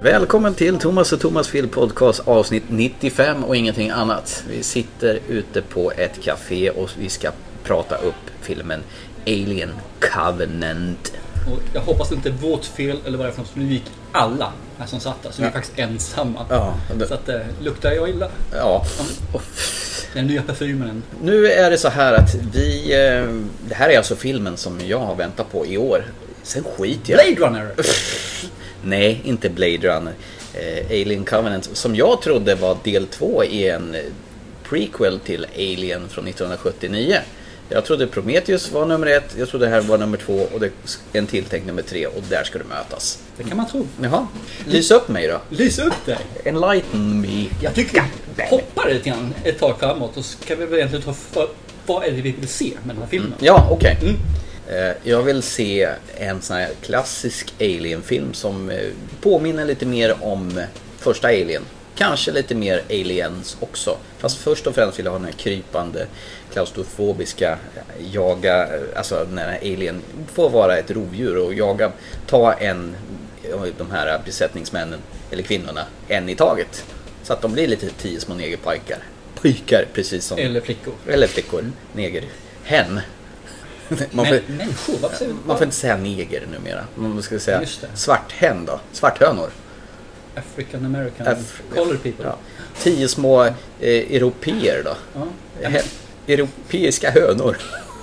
Välkommen till Thomas och Thomas Film Podcast avsnitt 95 och ingenting annat. Vi sitter ute på ett café och vi ska prata upp filmen Alien Covenant. Och jag hoppas det inte är vårt fel eller vad det är för något, nu gick alla här som satt där, så vi är faktiskt ensamma. Ja, så att luktar jag illa. Ja. Den nya parfymen. Nu är det så här att det här är alltså filmen som jag har väntat på i år. Sen skiter jag. Blade Runner! Nej, inte Blade Runner. Alien Covenant, som jag trodde var del 2 i en prequel till Alien från 1979. Jag trodde Prometheus var nummer 1, jag trodde det här var nummer 2 och det är en tilltänkt nummer 3 och där ska det mötas. Det kan man tro. Jaha, lys upp mig då. Lys upp dig. Enlighten me. Jag tycker vi hoppar lite grann ett tag framåt och så kan vi väl egentligen ta för vad är det vi vill se med den här filmen. Ja, okej. Jag vill se en sån här klassisk Alien-film som påminner lite mer om första Alien. Kanske lite mer Aliens också. Fast först och främst vill jag ha den här krypande, klaustrofobiska jaga. Alltså när Alien får vara ett rovdjur och jaga. Ta de här besättningsmännen eller kvinnorna en i taget. Så att de blir lite 10 små negerpojkar. Pojkar, precis som... Eller flickor. Eller flickor. Neger. Hen. Man får inte säga neger numera. Man ska säga svart hen då. Svarthönor. African American colored people. Ja. 10 små europeer då. Ja. Europeiska hönor.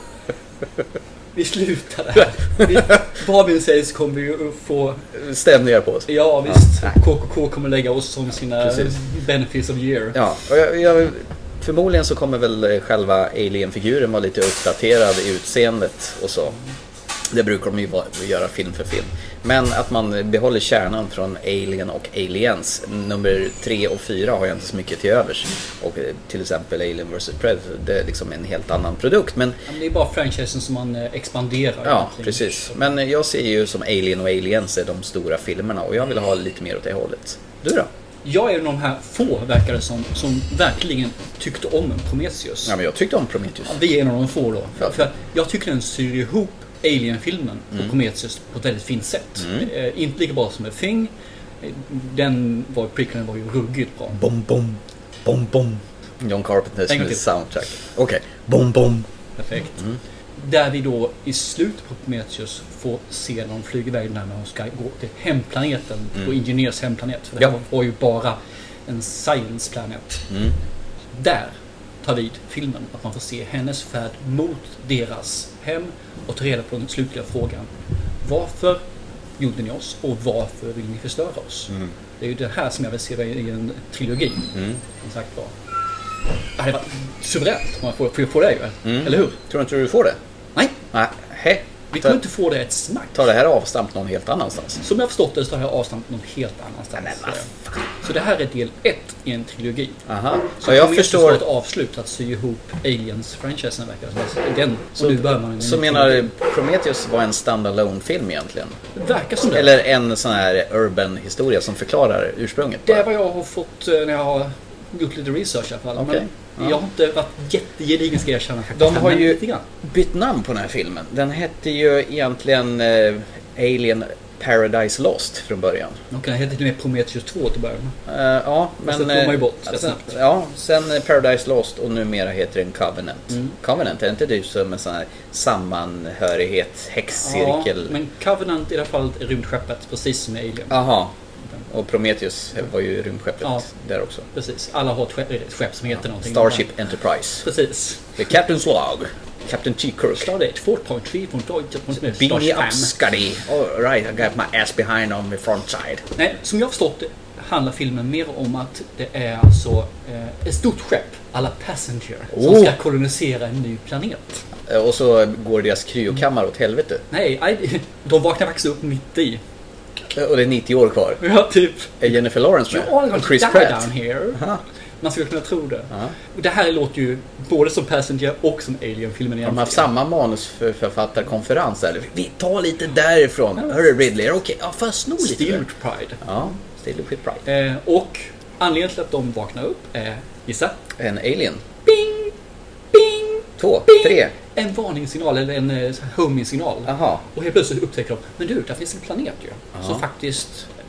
Vi slutar där. Vad vi säger kommer vi att få stämningar på oss. Ja visst. Ja. KKK kommer lägga oss som sina benefits of year. Ja, och förmodligen så kommer väl själva Alien-figuren vara lite uppdaterad i utseendet och så. Det brukar de ju göra film för film. Men att man behåller kärnan från Alien och Aliens. Nummer 3 och 4 har jag inte så mycket till övers. Och till exempel Alien vs. Predator, det är liksom en helt annan produkt. Men det är bara franchisen som man expanderar. Ja, precis. Men jag ser ju som Alien och Aliens är de stora filmerna. Och jag vill ha lite mer åt det hållet. Du då? Jag är en av de här få verkare som verkligen tyckte om Prometheus. Ja, men jag tyckte om Prometheus. Ja, vi är en av de få då. För jag tycker den syr ihop Alien-filmen och Prometheus på ett väldigt fint sätt. Inte lika bra som The Thing. Prequelen var ju ruggigt bra. Bom, bom, bom, bom. John Carpenters soundtrack. Okej. Bom, bom. Perfekt. Där vi då i slutet på Prometheus får se när de flyger iväg när de ska gå till hemplaneten, på Ingenieurs hemplanet. För det var ju bara en science planet. Där tar vid filmen att man får se hennes färd mot deras hem och ta reda på den slutliga frågan. Varför gjorde ni oss och varför vill ni förstöra oss? Det är ju det här som jag vill se i en trilogi. Som sagt var. Det hade varit suveränt om man får det ju. Eller hur? Tror inte du får det? Nej. Nej. Vi kommer inte få det ett snack. Tar det här avstamp någon helt annanstans? Som jag har förstått det så tar det här avstamp någon helt annanstans. Så det här är del 1 i en trilogi. Aha. Så jag förstår ett avslut att sy ihop Aliens-franchisen verkar. Så menar Prometheus var en standalone-film egentligen? Det verkar som det. Eller en sån här urban historia som förklarar ursprunget? Det är vad jag har fått när jag har gjort lite research i alla fall. Okay. Jag har inte varit jättegedigen, ska jag känna. De har ju bytt namn på den här filmen. Den hette ju egentligen Alien Paradise Lost från början. Den hette ju med Prometheus 2 till början. Ja, men sen får man ju bort snabbt. Ja, sen Paradise Lost och numera heter den Covenant. Covenant, är inte det som en sån här sammanhörighet, häxcirkel? Ja, men Covenant i alla fall är rymdskeppet, precis som i Alien. Aha. Och Prometheus var ju rymdskeppet där också. Precis, alla har ett skepp som heter någonting. Starship Enterprise. Precis. The Captain's Log. Captain T. Kirk. Stardate 4.3. Beam me up, Scotty. All right, I got my ass behind on the front side. Nej, som jag har förstått handlar filmen mer om att det är alltså ett stort skepp, alla Passenger, som ska kolonisera en ny planet. Och så går deras kryokammare åt helvete. Nej, de vaknar faktiskt upp mitt i. Och det är 90 år kvar. Ja, typ. Är Jennifer Lawrence med? Och Chris Pratt. Down here. Man skulle kunna tro det. Det här låter ju både som Passenger och som Alien-filmen. De har haft samma manusförfattarkonferens. Vi tar lite därifrån. Hörru Ridley, okej. Ja, fast sno lite. Steal with Pride. Ja, Steal with Pride. Och anledningen till att de vaknar upp är, gissa? En alien. Bing! Bing! 2, 3. En varningssignal eller en homing-signal. Aha. Och helt plötsligt upptäcker de, men du, där finns en planet ju. Som faktiskt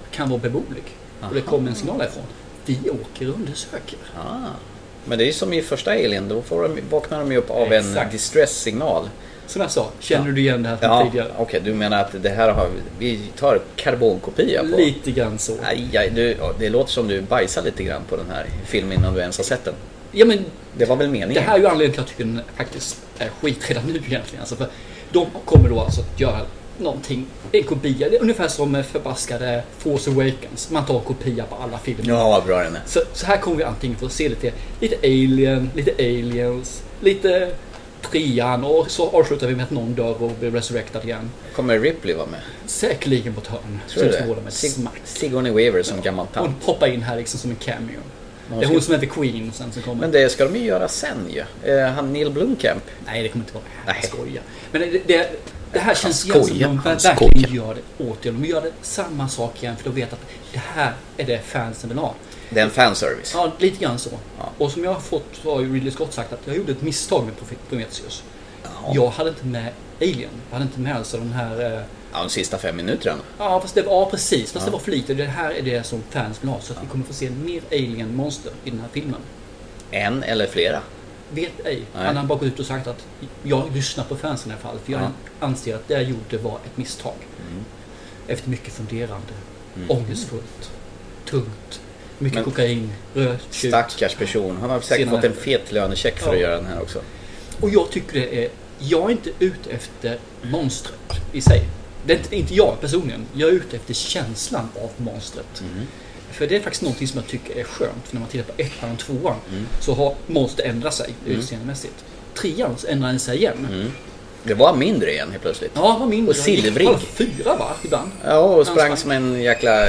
kan vara beboelig. Och det kommer en signal därifrån. Vi åker och undersöker. Men det är som i första Alien, då vaknar de ju upp av en distress-signal. Som jag sa, känner du igen det här från tidigare? Okej, du menar att det här vi tar karbonkopia på? Lite grann så. Det låter som du bajsar lite grann på den här filmen innan du ens har sett den. Ja, men det var väl meningen? Det här är ju anledningen till att jag tycker den faktiskt är skit redan nu egentligen. Alltså, för de kommer då alltså att göra någonting, en kopia. Det är ungefär som förbaskade Force Awakens. Man tar en kopia på alla filmer. Ja, vad bra den är. Så här kommer vi antingen få se lite Alien, lite Aliens, lite trean och så avslutar vi med att någon dör och blir resurrectad igen. Kommer Ripley vara med? Säkerligen på ett hörn. Tror du det? Sigourney Weaver som gammal tant. Hon hoppar in här liksom som en cameo. Det är hon som är The Queen sen som kommer. Men det ska de ju göra sen ju. Han Neil Blomkamp. Nej, det kommer inte vara här. Jag skojar. Men det här känns igen som de verkligen gör det åt det. De gör det samma sak igen för de vet att det här är det fansen vill ha. Det är en fanservice. Ja, lite grann så. Ja. Och som jag har fått så har ju Ridley Scott sagt att jag gjorde ett misstag med Prometheus. Ja. Jag hade inte med Alien. Jag hade inte med alltså den här... de sista 5 minuterna. Ja, precis. Fast det var för lite. Det här är det som fans vill ha. Så att vi kommer få se mer Alien-monster i den här filmen. En eller flera? Vet ej. Han har bara gått ut och sagt att jag lyssnar på fansen i alla fall. För jag anser att det jag gjorde var ett misstag. Efter mycket funderande. Ångestfullt. Tungt. Mycket kokain, rökt. Stackars person. Han har säkert fått en fet lönecheck för att göra den här också. Och jag tycker jag är inte ute efter monstret i sig. Det är inte jag personligen. Jag är ute efter känslan av monstret. För det är faktiskt någonting som jag tycker är skönt. För när man tittar på 1:an och 2:an så har monster ändrat sig utseendemässigt. 3:an så ändrar den sig igen. Det var mindre igen helt plötsligt. Ja, det var mindre. Och silvrig. 4 va, ibland. Ja, och sprang som en jäkla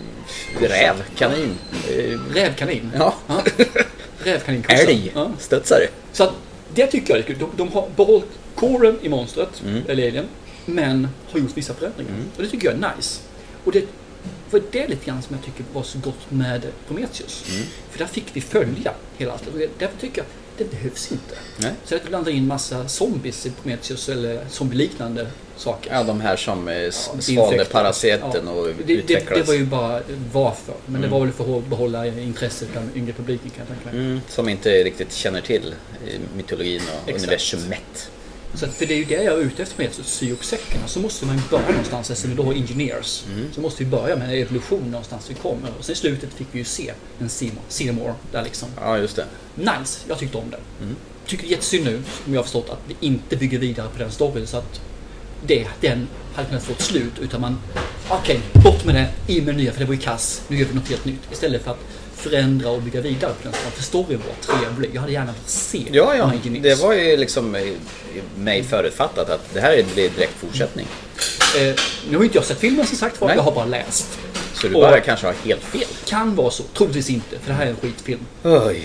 rävkanin. Rävkanin? Ja. Rävkanin. Älg. Studsare. Så att det tycker jag är kul. De har behållit coren i monstret, eller Alien, men har gjort vissa förändringar. Och det tycker jag är nice. Och det är lite grann som jag tycker var så gott med Prometheus. För där fick vi följa hela allt. Och därför tycker jag det behövs inte. Nej. Så att vi blandar in massa zombies i Prometheus eller zombieliknande saker. Ja, de här som svalde parasiten och utvecklades. Det var ju bara varför. Men det var väl för att behålla intresset bland yngre publiken kan jag tänka mig. Som inte riktigt känner till mytologin och universumet. Så att, för det är ju det jag är ute efter med sy och säckarna. Så måste man börja någonstans eftersom vi då har engineers. Så måste vi börja med en evolution någonstans vi kommer. Och sen i slutet fick vi ju se en Seymour där liksom. Ja, just det. Nice, jag tyckte om det. Tycker det är jättesynd nu, om jag har förstått, att vi inte bygger vidare på den storyn så att den hade kunnat få ett slut. Utan man, bort med det, in med nya för det var ju kass. Nu gör vi något helt nytt. Istället för att förändra och bygga vidare på den storyn. För storyn var trevlig. Jag hade gärna fått se. Ja. Det var ju liksom mig förutfattat att det här blir direkt fortsättning. Nu har inte jag sett filmen som sagt för jag har bara läst. Så du bara kanske har helt fel? Kan vara så, troligtvis inte. För det här är en skitfilm. Oj.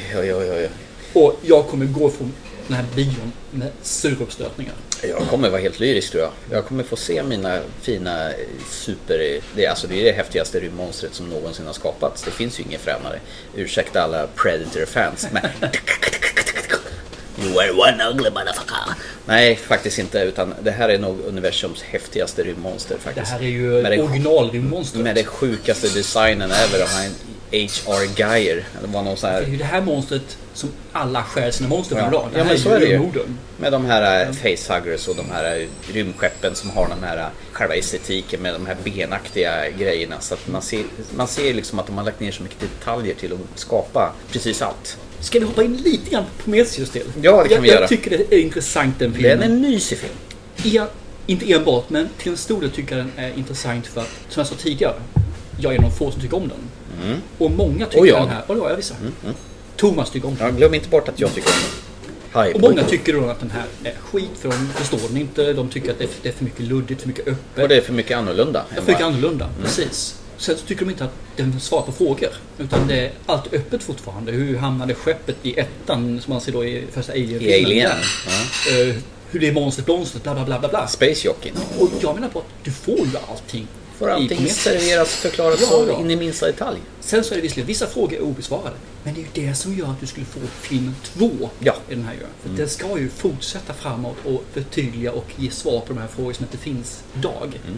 Och jag kommer gå från den här bion med suruppstötningar. Jag kommer vara helt lyrisk tror jag. Jag kommer få se mina fina det är det häftigaste rymdmonstret som någonsin har skapats. Det finns ju ingen fränare. Ursäkta alla Predator-fans. Men you are one ugly motherfucker. Nej, faktiskt inte. Utan det här är nog universums häftigaste rymdmonster faktiskt. Det här är ju originalrymdmonstret. Med det sjukaste designen ever att ha en H.R. Geiger. Det var någon så här... Det är ju det här monstret som alla skär sina monster från idag. Ja, men så är det ju. Med de här facehuggers och de här rymdskeppen som har de här själva estetiken med de här benaktiga grejerna. Så att man ser liksom att de har lagt ner så mycket detaljer till att skapa precis allt. Ska vi hoppa in lite grann på Prometheus till? Ja, det kan vi göra. Jag tycker det är intressant den filmen. Den är en mysig film. Ja, inte enbart, men till en stor del tycker jag den är intressant för att, som jag sa tidigare, jag är en av få som tycker om den. Och många tycker den här. Och då är vissa. Thomas tycker om den. Ja, glöm inte bort att jag tycker om den. Och många tycker då att den här är skit för de förstår den inte. De tycker att det är för mycket luddigt, för mycket öppet. Och det är för mycket annorlunda. För mycket annorlunda, precis. Sen så tycker de inte att den svarar på frågor. Utan det är allt öppet fortfarande. Hur hamnade skeppet i 1:an som man ser då i första Alien? Hur det är monstret, bla bla bla. Space Jockey. Och jag menar på att du får ju allting. Får allting serveras förklarat så in i minsta detalj. Sen så är det visserligen vissa frågor obesvarade. Men det är ju det som gör att du skulle få film 2 i den här. För den ska ju fortsätta framåt och förtydliga och ge svar på de här frågor som inte finns idag.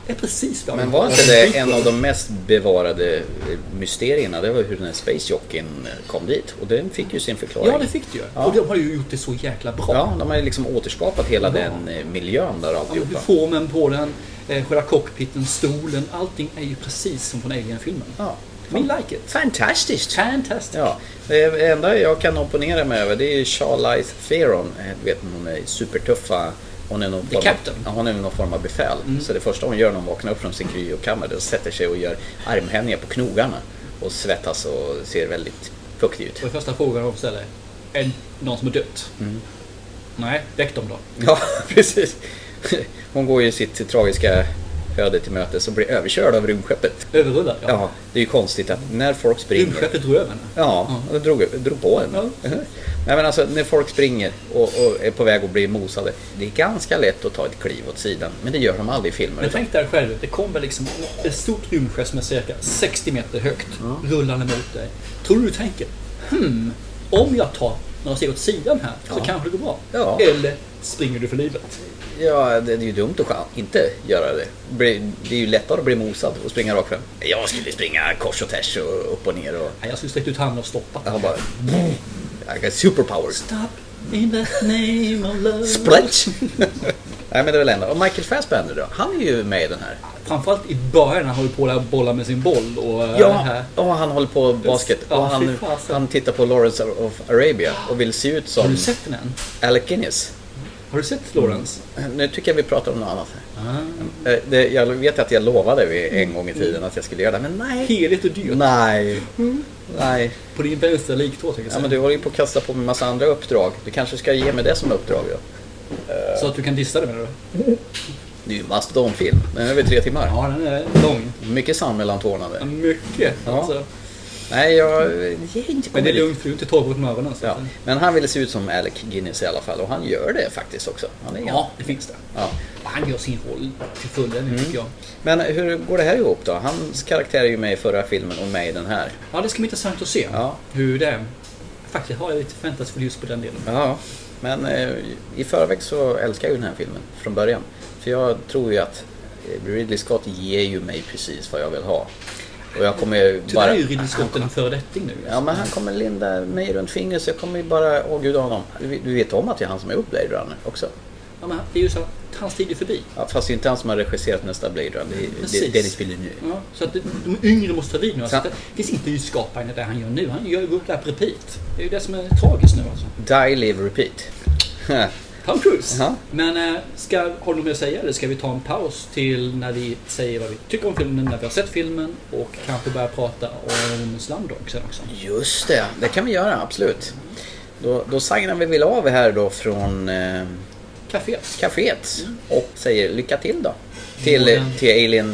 är precis vad Men var inte det en av de mest bevarade mysterierna? Det var hur den här Space Jockeyn kom dit. Och den fick ju sin förklaring. Ja, det fick det ju. Ja. Och de har ju gjort det så jäkla bra. Ja, de har ju liksom återskapat hela den miljön där alltihopa. Ja, formen på den, själva cockpiten, stolen, allting är ju precis som från Alien-filmen. Ja. We like it. Fantastiskt. Ja. Det enda jag kan opponera mig över, det är Charlize Theron. Jag vet, hon är supertuffa. Hon är någon form av befäl. Så det första hon gör när hon vaknar upp från sin kryokammare, då sätter sig och gör armhävningar på knogarna och svettas och ser väldigt fuktig ut. Och första frågan de ställer är någon som är dött? Nej, väck dem då. Ja, precis. Hon går ju sitt tragiska öde till mötes och blir överkörd av rymdskeppet. Överrullad, ja. Ja, det är ju konstigt att när folk springer... Rymdskeppet drog över henne. Ja, och drog på henne. Ja. Nej, men alltså, när folk springer och är på väg att bli mosade, det är ganska lätt att ta ett kliv åt sidan. Men det gör de aldrig i filmer. Men tänk där själv, det kommer liksom ett stort rymdskepp som är cirka 60 meter högt, rullande mot dig. Tror du tänker, om jag tar några steg åt sidan här så kanske det går bra. Ja. Eller springer du för livet? Ja, det är ju dumt att inte göra det. Det är ju lättare att bli mosad och springa rakt fram. Jag skulle springa kors och tvärs och upp och ner. Och... Jag skulle sträcka ut handen och stoppa. Jag har bara... I got superpowers. Stop in the name of love. Splatch! Nej, men det är väl ändå. Och Michael Fassbender då? Han är ju med i den här. Framförallt i början han håller på att bolla med sin boll. Och, och han håller på basket. Och han tittar på Lawrence of Arabia och vill se ut som... Har du sett den än? Alec Guinness. Har du sett Lawrence? Nu tycker jag vi pratar om något annat här. Jag vet att jag lovade en gång i tiden att jag skulle göra det, men nej. Heligt och dyrt. Nej. På din vänstra liktå, tänker jag säga. Men du håller ju på att kasta på mig en massa andra uppdrag. Du kanske ska ge mig det som uppdrag, ja. Så att du kan dissa det, menar du? Det är ju en mastodonfilm. Den är över 3 timmar. Ja, den är lång. Mycket sand mellan tårna där. Mycket, alltså. Nej, jag inte. Men det är lugnt, för du är inte 12 åt öronen. Ja. Men han ville se ut som Alec Guinness i alla fall. Och han gör det faktiskt också. Det finns det. Ja. Han gör sin roll till fullen, tycker jag. Men hur går det här ihop då? Hans karaktär är ju med i förra filmen och med i den här. Ja, det ska bli intressant att se hur det är. Faktiskt har jag lite förväntat för just på den delen. Ja, men i förväg så älskar jag ju den här filmen från början. För jag tror ju att Ridley Scott ger ju mig precis vad jag vill ha. Och jag kommer tyvärr är ju Ridley Scott en föredetting nu. Ja, men han kommer linda mig runt fingret, så jag kommer ju bara gud honom. Du vet om att det är han som är upp Blade Runner också. Ja, men det är ju så att hans tid är förbi. Ja, fast det är inte han som har regisserat nästa Blade Runner. Det är Dennis Villeneuve. Ja, så att de yngre måste ta vid nu. Alltså, det finns inte nyskapande det han gör nu. Han gör ju upp där på repeat. Det är ju det som är tragiskt nu alltså. Die, live, repeat. Tom Cruise. Men har du något mer att säga, eller ska vi ta en paus till när vi säger vad vi tycker om filmen, när vi har sett filmen, och kanske börja prata om Slumdog sen också? Just det kan vi göra, absolut. Då signar vi väl av här då från Caféet och säger lycka till då till Alien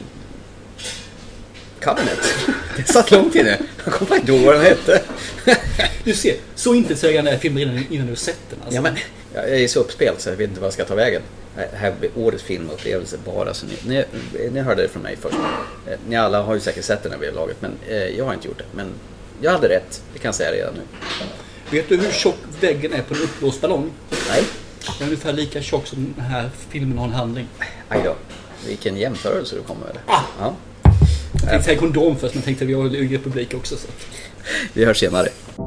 Covenant. Det satt långt inne. Jag kommer inte ihåg vad den hette. Du ser, så intetsägande är filmen innan du sett den alltså. Ja, men jag är så uppspelt så jag vet inte vad jag ska ta vägen. Det här blir årets filmupplevelse bara, så ni hörde det från mig först. Ni alla har ju säkert sett den här vid laget, men jag har inte gjort det. Men jag hade rätt, det kan jag säga redan nu. Vet du hur tjock väggen är på en uppblåst ballong? Nej. Den är ungefär lika tjock som den här filmen har en handling. Aj då. Vilken jämförelse du kommer med. Ja. Jag tänkte säga kondom först, men tänkte vi har yngre publik också. Så. Vi hörs senare.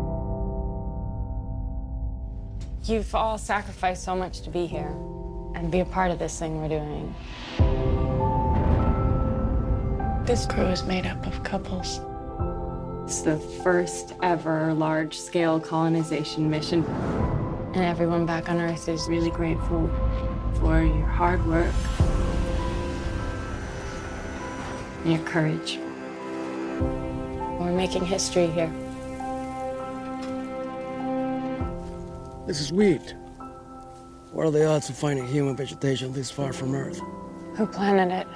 You've all sacrificed so much to be here and be a part of this thing we're doing. This crew is made up of couples. It's the first ever large-scale colonization mission. And everyone back on Earth is really grateful for your hard work and your courage. We're making history here. This is wheat. What are the odds of finding human vegetation this far from Earth? Who planted it?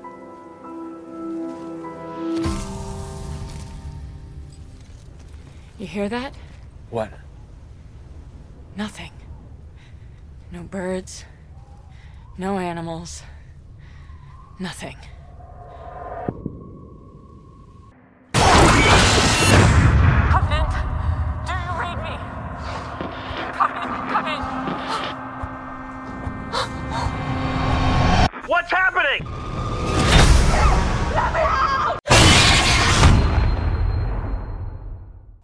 You hear that? What? Nothing. No birds. No animals. Nothing. Covenant, do you read me? Covenant, come in. What's happening?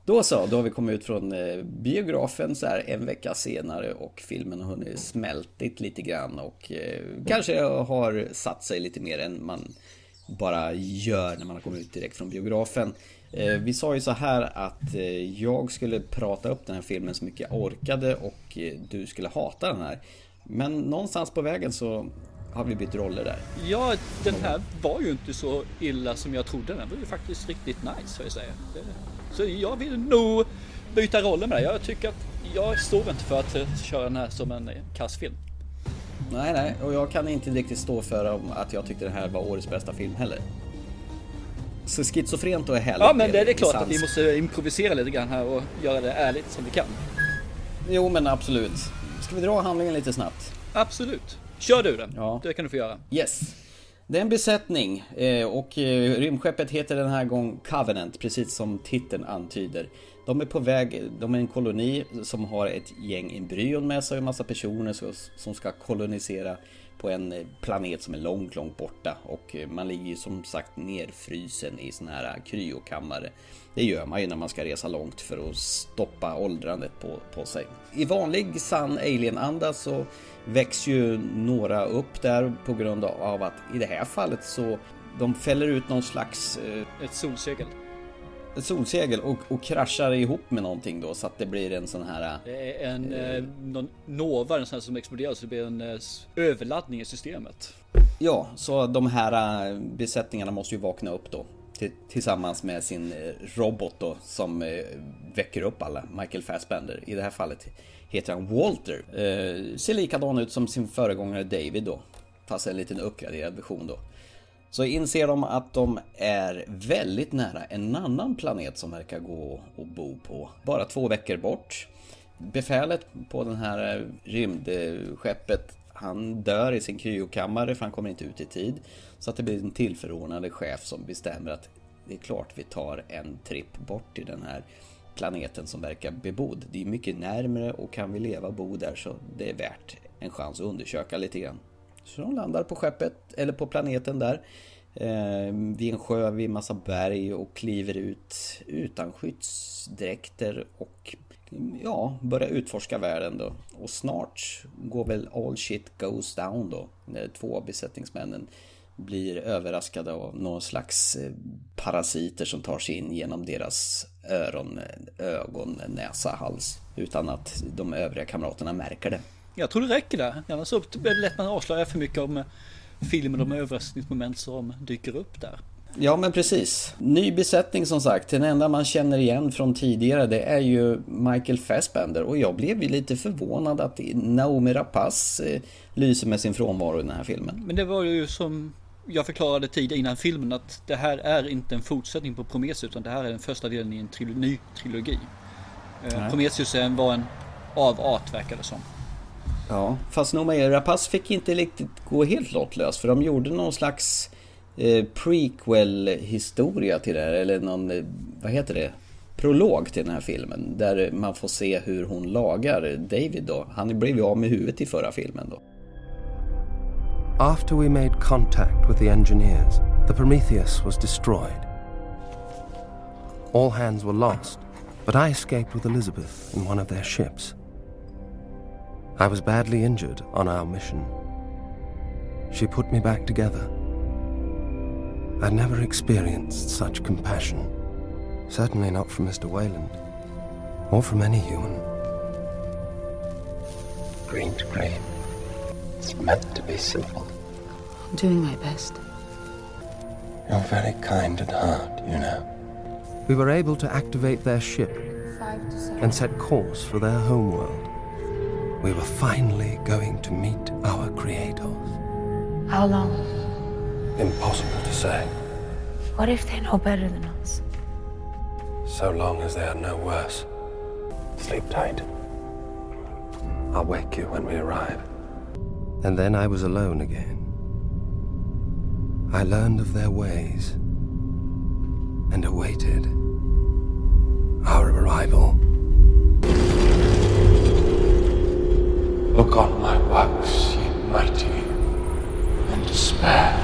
Då så, då har vi kommit ut från biografen så här en vecka senare och filmen har hunnit smältit lite grann och kanske har satt sig lite mer än man bara gör när man har kommit ut direkt från biografen. Vi sa ju så här att jag skulle prata upp den här filmen så mycket jag orkade och du skulle hata den här. Men någonstans på vägen så har vi bytt roller där. Ja, den här var ju inte så illa som jag trodde. Den var ju faktiskt riktigt nice, får jag säga. Så jag vill nog byta roller med det. Jag tycker att jag står inte för att köra den här som en kassfilm. Nej, och jag kan inte riktigt stå för att jag tyckte det här var årets bästa film heller. Så schizofrent och är härligt. Ja, men det är klart att vi måste improvisera lite grann här och göra det ärligt som vi kan. Jo, men absolut. Ska vi dra handlingen lite snabbt? Absolut. Kör du den. Ja. Det kan du få göra. Yes. Det är en besättning och rymdskeppet heter den här gången Covenant, precis som titeln antyder. De är på väg, de är en koloni som har ett gäng embryon med sig och en massa personer som ska kolonisera på en planet som är långt, långt borta. Och man ligger ju som sagt nerfrysen i såna här kryokammare. Det gör man ju när man ska resa långt för att stoppa åldrandet på sig. I vanlig sann alien-anda så väcks ju några upp där på grund av att i det här fallet så de fäller ut någon slags... Ett solsegel. Ett solsegel och kraschar ihop med någonting då så att det blir en sån här... Det är någon nova, en sån här som exploderar, så det blir en överladdning i systemet. Ja, så de här besättningarna måste ju vakna upp då tillsammans med sin robot då som väcker upp alla, Michael Fassbender. I det här fallet heter han Walter. Ser likadan ut som sin föregångare David då, fast en liten uppgraderad version då. Så inser de att de är väldigt nära en annan planet som verkar gå och bo på. Bara 2 veckor bort. Befälet på den här rymdskeppet, han dör i sin kryokammare för han kommer inte ut i tid. Så att det blir en tillförordnad chef som bestämmer att det är klart vi tar en tripp bort till den här planeten som verkar bebodd. Det är mycket närmare och kan vi leva och bo där så det är värt en chans att undersöka lite grann. Så de landar på skeppet, eller på planeten där, vid en sjö, vid en massa berg och kliver ut utan skyddsdräkter och ja, börjar utforska världen då. Och snart går väl all shit goes down då, när 2 av besättningsmännen blir överraskade av någon slags parasiter som tar sig in genom deras ögon, näsa, hals utan att de övriga kamraterna märker det. Jag tror det räcker där. Annars så blir det lätt man avslöjar för mycket om filmen och de överraskningsmoment som dyker upp där. Ja, men precis. Ny besättning som sagt. Den enda man känner igen från tidigare, det är ju Michael Fassbender. Och jag blev ju lite förvånad att Noomi Rapace lyser med sin frånvaro i den här filmen. Men det var ju som jag förklarade tidigare innan filmen att det här är inte en fortsättning på Prometheus utan det här är den första delen i en ny trilogi. Prometheus var en avart verkar det som. Ja, fast Noomi Rapace fick inte riktigt gå helt lottlös för de gjorde någon slags prequel-historia till det här, eller någon, vad heter det? Prolog till den här filmen där man får se hur hon lagar David då. Han blev ju av med huvudet i förra filmen då. After we made contact with the engineers, the Prometheus was destroyed. All hands were lost, but I escaped with Elizabeth in one of their ships. I was badly injured on our mission. She put me back together. I'd never experienced such compassion. Certainly not from Mr. Wayland, or from any human. Green to green. It's meant to be simple. I'm doing my best. You're very kind at heart, you know. We were able to activate their ship and set course for their homeworld. We were finally going to meet our creators. How long? Impossible to say. What if they know better than us? So long as they are no worse. Sleep tight. I'll wake you when we arrive. And then I was alone again. I learned of their ways and awaited our arrival. Look on my works, ye mighty, and despair.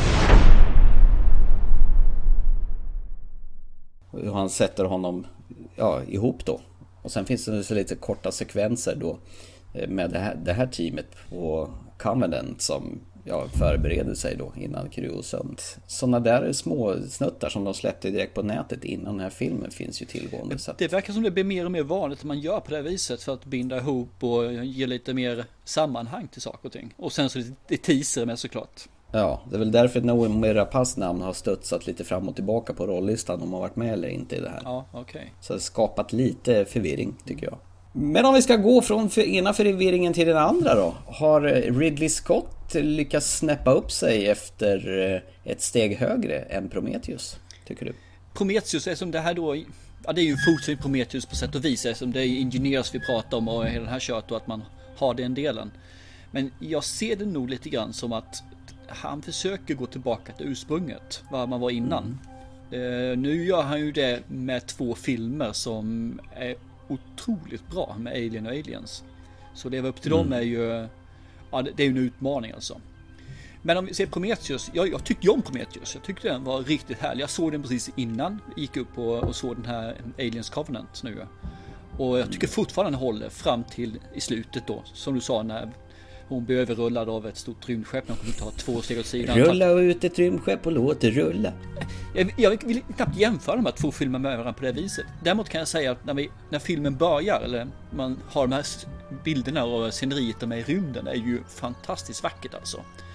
Och han sätter honom ihop då. Och sen finns det så lite korta sekvenser då med det här teamet på Covenant som förbereder sig då innan Kryosund. Sådana där små snuttar som de släppte direkt på nätet innan den här filmen finns ju tillgående. Så det verkar som det blir mer och mer vanligt att man gör på det här viset för att binda ihop och ge lite mer sammanhang till saker och ting. Och sen så det teaser med såklart. Ja, det är väl därför Noomi Rapaces namn har studsat lite fram och tillbaka på rollistan om man varit med eller inte i det här. Ja, okej. Så det har skapat lite förvirring tycker jag. Men om vi ska gå från ena förvirringen till den andra då. Har Ridley Scott lyckats snäppa upp sig efter ett steg högre än Prometheus, tycker du? Prometheus är som det här då... Ja, det är ju fortsättning Prometheus på sätt och vis. Som det är Engineers vi pratar om och hela den här kört och att man har den delen. Men jag ser det nog lite grann som att han försöker gå tillbaka till ursprunget, vad man var innan. Nu gör han ju det med 2 filmer som är otroligt bra med Alien och Aliens. Så leva upp till dem är ju det är ju en utmaning alltså. Men om vi ser Prometheus, jag tyckte ju om Prometheus. Jag tyckte den var riktigt härlig. Jag såg den precis innan, gick upp och såg den här Aliens Covenant nu. Och jag tycker fortfarande den håller fram till i slutet då, som du sa, när hon blir överrullad av ett stort rymdskepp. Man kommer ta 2 steg åt sidan. Rulla ut ett rymdskepp och låt det rulla. Jag vill knappt jämföra de här 2 filmerna med varandra på det viset. Däremot kan jag säga att när filmen börjar, eller man har de här bilderna och sceneriet de är i rymden, är ju fantastiskt vackert alltså.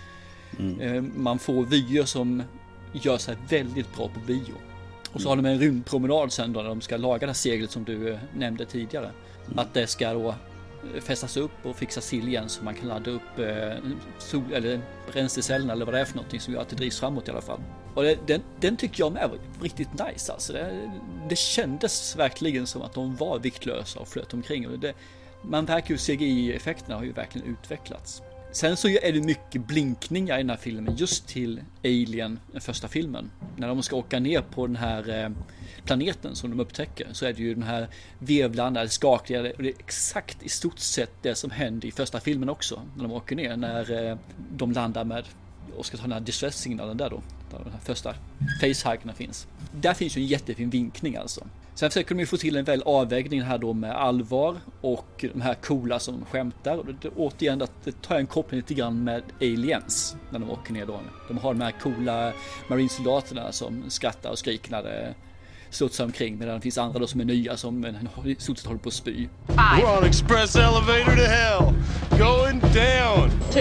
Man får vyer som gör sig väldigt bra på bio. Och så har de en rymdpromenad sen då, när de ska laga det här seglet som du nämnde tidigare. Att det ska då fästas upp och fixas till igen så man kan ladda upp eller bränslecellerna eller vad det är för någonting som gör att det drivs framåt i alla fall. Och den tycker jag är riktigt nice alltså. Det kändes verkligen som att de var viktlösa och flöt omkring. Och man verkar ju CGI-effekterna har ju verkligen utvecklats. Sen så är det mycket blinkningar i den här filmen just till Alien, den första filmen. När de ska åka ner på den här planeten som de upptäcker så är det ju den här vevlande, skakiga, och det är exakt i stort sett det som händer i första filmen också. När de åker ner, när de landar med och ska ta den här distress-signalen där då. Där den här första facehuggerna finns. Där finns ju en jättefin vinkning alltså. Sen försöker de ju få till en väl avvägning här då med allvar och de här coola som skämtar. Och återigen att det tar en koppling lite grann med Aliens när de åker ner då. De har de här coola marinsoldaterna som skrattar och skriker när det studsar omkring, medan det finns andra då som är nya som i stort sett håller på att spy. We're on express elevator to hell. Going down. 2,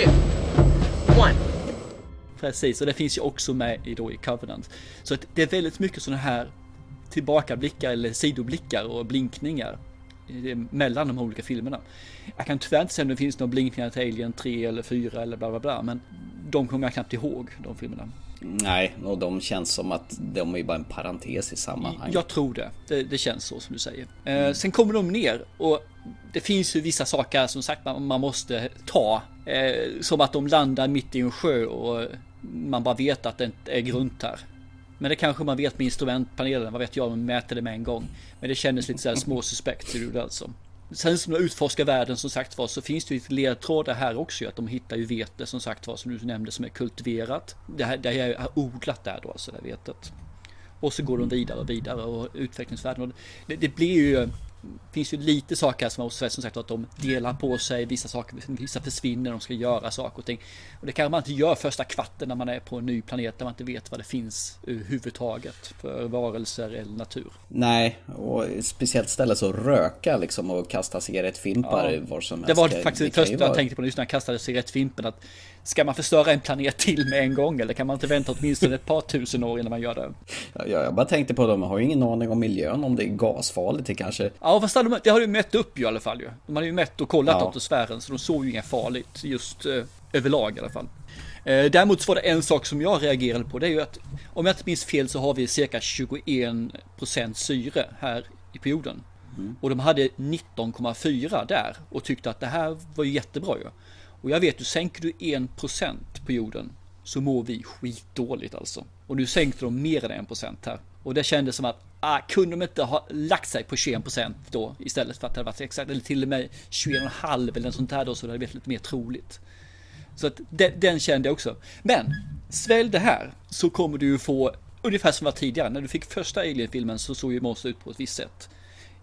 1. Precis, och det finns ju också med i Covenant. Så att det är väldigt mycket sådana här tillbakablickar eller sidoblickar och blinkningar mellan de olika filmerna. Jag kan tyvärr inte säga om det finns några blinkningar till Alien 3 eller 4 eller bla bla bla, men de kommer jag knappt ihåg, de filmerna. Nej, och de känns som att de är bara en parentes i sammanhanget. Jag tror det känns så som du säger. Sen kommer de ner och det finns ju vissa saker som sagt man måste ta. Som att de landar mitt i en sjö och man bara vet att det inte är grunt här. Men det kanske man vet med instrumentpanelen, vad vet jag, de mäter det med en gång. Men det kändes lite så här små suspekt, ser det alltså. Sen som de utforskar världen som sagt var, så finns det ju ett ledtråd här också, att de hittar ju vete som sagt var, som du nämnde, som är kultiverat. Det är odlat där då, alltså det vetet. Och så går de vidare och vidare och utvecklingsvärlden. Och det blir ju, finns ju lite saker som också som sagt att de delar på sig, vissa saker, vissa försvinner, de ska göra saker och ting. Och det kan man inte göra första kvarten när man är på en ny planet där man inte vet vad det finns överhuvudtaget för varelser eller natur. Nej, och speciellt ställa så röka liksom och kasta cigarettfimpar var som helst. Det var faktiskt det första jag tänkte på just när jag kastade cigarettfimpen, att ska man förstöra en planet till med en gång eller kan man inte vänta åtminstone ett par tusen år innan man gör det? Ja, jag bara tänkte på att de har ju ingen aning om miljön, om det är gasfarligt det kanske. Ja, fast det har ju mätt upp i alla fall ju. De hade ju mätt och kollat atmosfären, så de såg ju inga farligt just överlag i alla fall. Däremot var det en sak som jag reagerade på, det är ju att om jag inte minns fel så har vi cirka 21% syre här på jorden. Och de hade 19,4 där och tyckte att det här var ju jättebra ju. Och jag vet, du sänker du 1% på jorden så mår vi skitdåligt alltså. Och nu sänkte de mer än 1% här. Och det kändes som att kunde de inte ha lagt sig på 21% då istället för att det hade varit exakt, eller till och med 21,5 eller något sånt där då, så det hade varit lite mer troligt. Så att den kände jag också. Men svälj det här så kommer du få ungefär som var tidigare. När du fick första Alien-filmen så såg ju monster ut på ett visst sätt.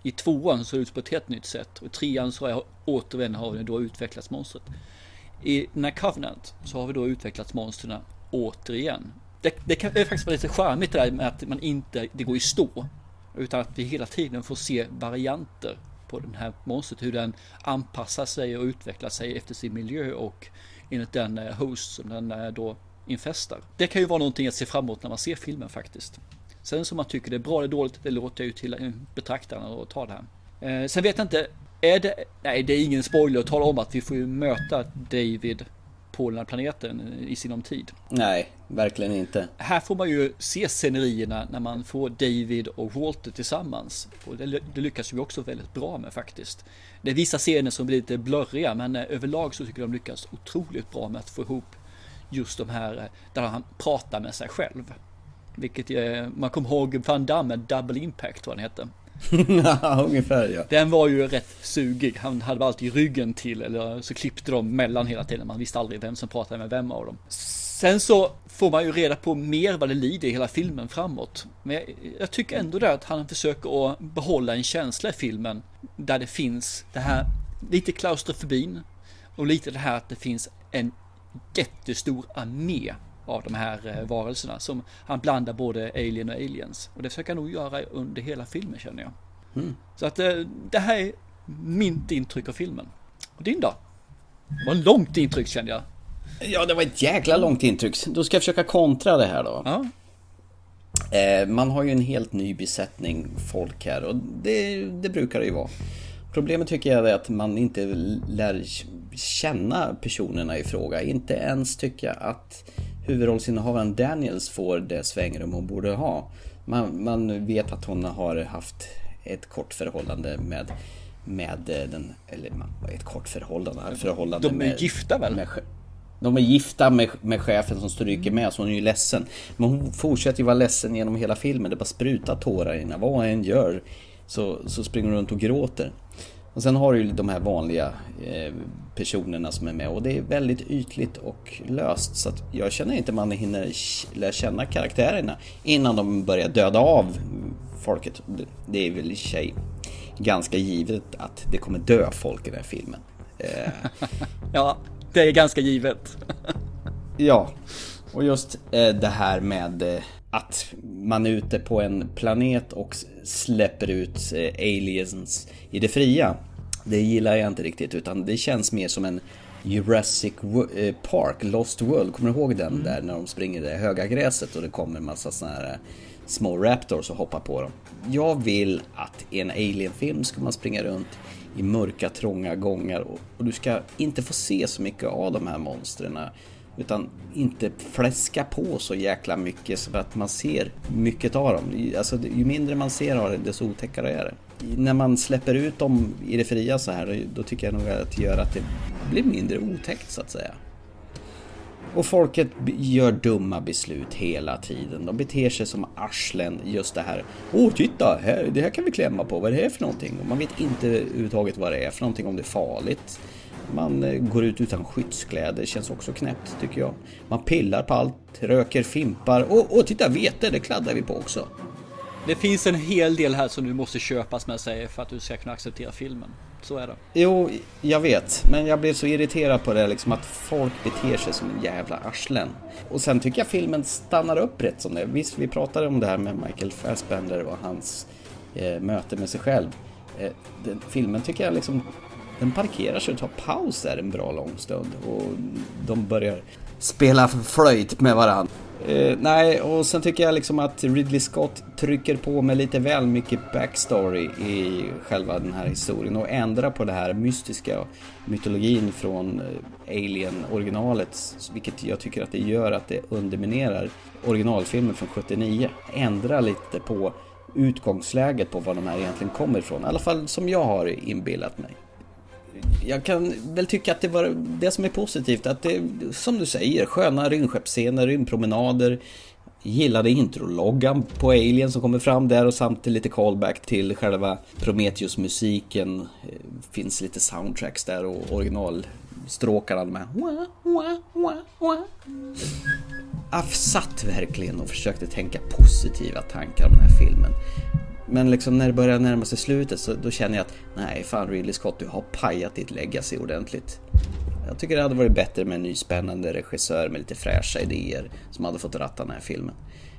I 2:an så är det ut på ett helt nytt sätt. Och i 3:an så är återigen har vi då utvecklats monstret. I den här Covenant så har vi då utvecklats monstren återigen. Det är faktiskt lite charmigt det där med att man inte, det går i stå. Utan att vi hela tiden får se varianter på den här monstret. Hur den anpassar sig och utvecklar sig efter sin miljö och enligt den host som den då infestar. Det kan ju vara någonting att se framåt när man ser filmen faktiskt. Sen som man tycker det är bra eller dåligt, det låter ju till betraktarna och ta det här. Sen vet jag inte, nej det är ingen spoiler att tala om att vi får ju möta David på den här planeten i sinom tid. Nej, verkligen inte. Här får man ju se scenerierna när man får David och Walter tillsammans. Och det lyckas ju också väldigt bra med faktiskt. Det är vissa scener som blir lite blurriga, men överlag så tycker jag de lyckas otroligt bra med att få ihop just de här där han pratar med sig själv. Vilket man kommer ihåg Van Damme, Double Impact vad den hette. Ja, ungefär ja. Den var ju rätt sugig. Han hade alltid ryggen till, eller så klippte de mellan hela tiden. Man visste aldrig vem som pratade med vem av dem. Sen så får man ju reda på mer vad det lider i hela filmen framåt. Men jag tycker ändå det att han försöker att behålla en känsla i filmen där det finns det här lite klaustrofobin och lite det här att det finns en jättestor armé av de här varelserna som han blandar både alien och aliens. Och det försöker han nog göra under hela filmen känner jag. Så att det här är min intryck av filmen. Och din då? Det var en långt intryck kände jag. Ja, det var ett jäkla långt intryck. Då ska jag försöka kontra det här då. Ja. Man har ju en helt ny besättning folk här och det brukar det ju vara. Problemet tycker jag är att man inte lär känna personerna i fråga. Inte ens tycka att huvudrollsinnehavaren Daniels får det svängrum hon borde ha. Man vet att hon har haft ett kort förhållande med den, eller ett kort förhållande. De är gifta väl? De är gifta med chefen som stryker med, så hon är ju ledsen. Men hon fortsätter ju vara ledsen genom hela filmen. Det bara sprutar tårar innan. Vad hon än gör så springer hon runt och gråter. Och sen har du ju de här vanliga personerna som är med. Och det är väldigt ytligt och löst. Så att jag känner inte man hinner lära känna karaktärerna innan de börjar döda av folket. Det är väl i sig ganska givet att det kommer dö folk i den här filmen. Ja, det är ganska givet. Ja, och just det här med att man är ute på en planet och släpper ut aliens i det fria. Det gillar jag inte riktigt, utan det känns mer som en Jurassic Park, Lost World. Kommer du ihåg den där när de springer i det höga gräset och det kommer en massa såna här små raptors och hoppar på dem? Jag vill att i en alienfilm ska man springa runt i mörka, trånga gångar och du ska inte få se så mycket av de här monstren, utan inte fläska på så jäkla mycket så att man ser mycket av dem. Alltså, ju mindre man ser av det, desto otäckare är det. När man släpper ut dem i det fria så här, då tycker jag nog att det gör att det blir mindre otäckt så att säga. Och folket gör dumma beslut hela tiden. De beter sig som arslen, just det här. Titta, det här kan vi klämma på. Vad är det här för någonting? Och man vet inte överhuvudtaget vad det är för någonting, om det är farligt. Man går ut utan skyddskläder, det känns också knäppt tycker jag. Man pillar på allt, röker, fimpar. Och titta, vete, det kladdar vi på också. Det finns en hel del här som du måste köpa som jag säger för att du ska kunna acceptera filmen. Så är det. Jo, jag vet. Men jag blev så irriterad på det liksom, att folk beter sig som en jävla arslen. Och sen tycker jag filmen stannar upp rätt som det. Visst, vi pratade om det här med Michael Fassbender och hans möte med sig själv. Filmen tycker jag liksom, den parkerar sig och tar paus där en bra lång stund. Och de börjar spela flöjt med varandra. Nej, och sen tycker jag liksom att Ridley Scott trycker på med lite väl mycket backstory i själva den här historien och ändrar på det här mystiska mytologin från Alien-originalet, vilket jag tycker att det gör att det underminerar originalfilmen från 79. Ändrar lite på utgångsläget på vad de här egentligen kommer ifrån, i alla fall som jag har inbillat mig. Jag kan väl tycka att det var det som är positivt, att det, som du säger, sköna rymdskeppsscener, rymdpromenader. Gillade introloggan på Alien som kommer fram där, och samtidigt lite callback till själva Prometheus-musiken. Finns lite soundtracks där och originalstråkarna med. Jag satt verkligen och försökte tänka positiva tankar om den här filmen. Men liksom när det börjar närma sig slutet så då känner jag att nej fan Ridley Scott, du har pajat ditt legacy ordentligt. Jag tycker det hade varit bättre med en ny spännande regissör med lite fräscha idéer som hade fått ratta den här filmen.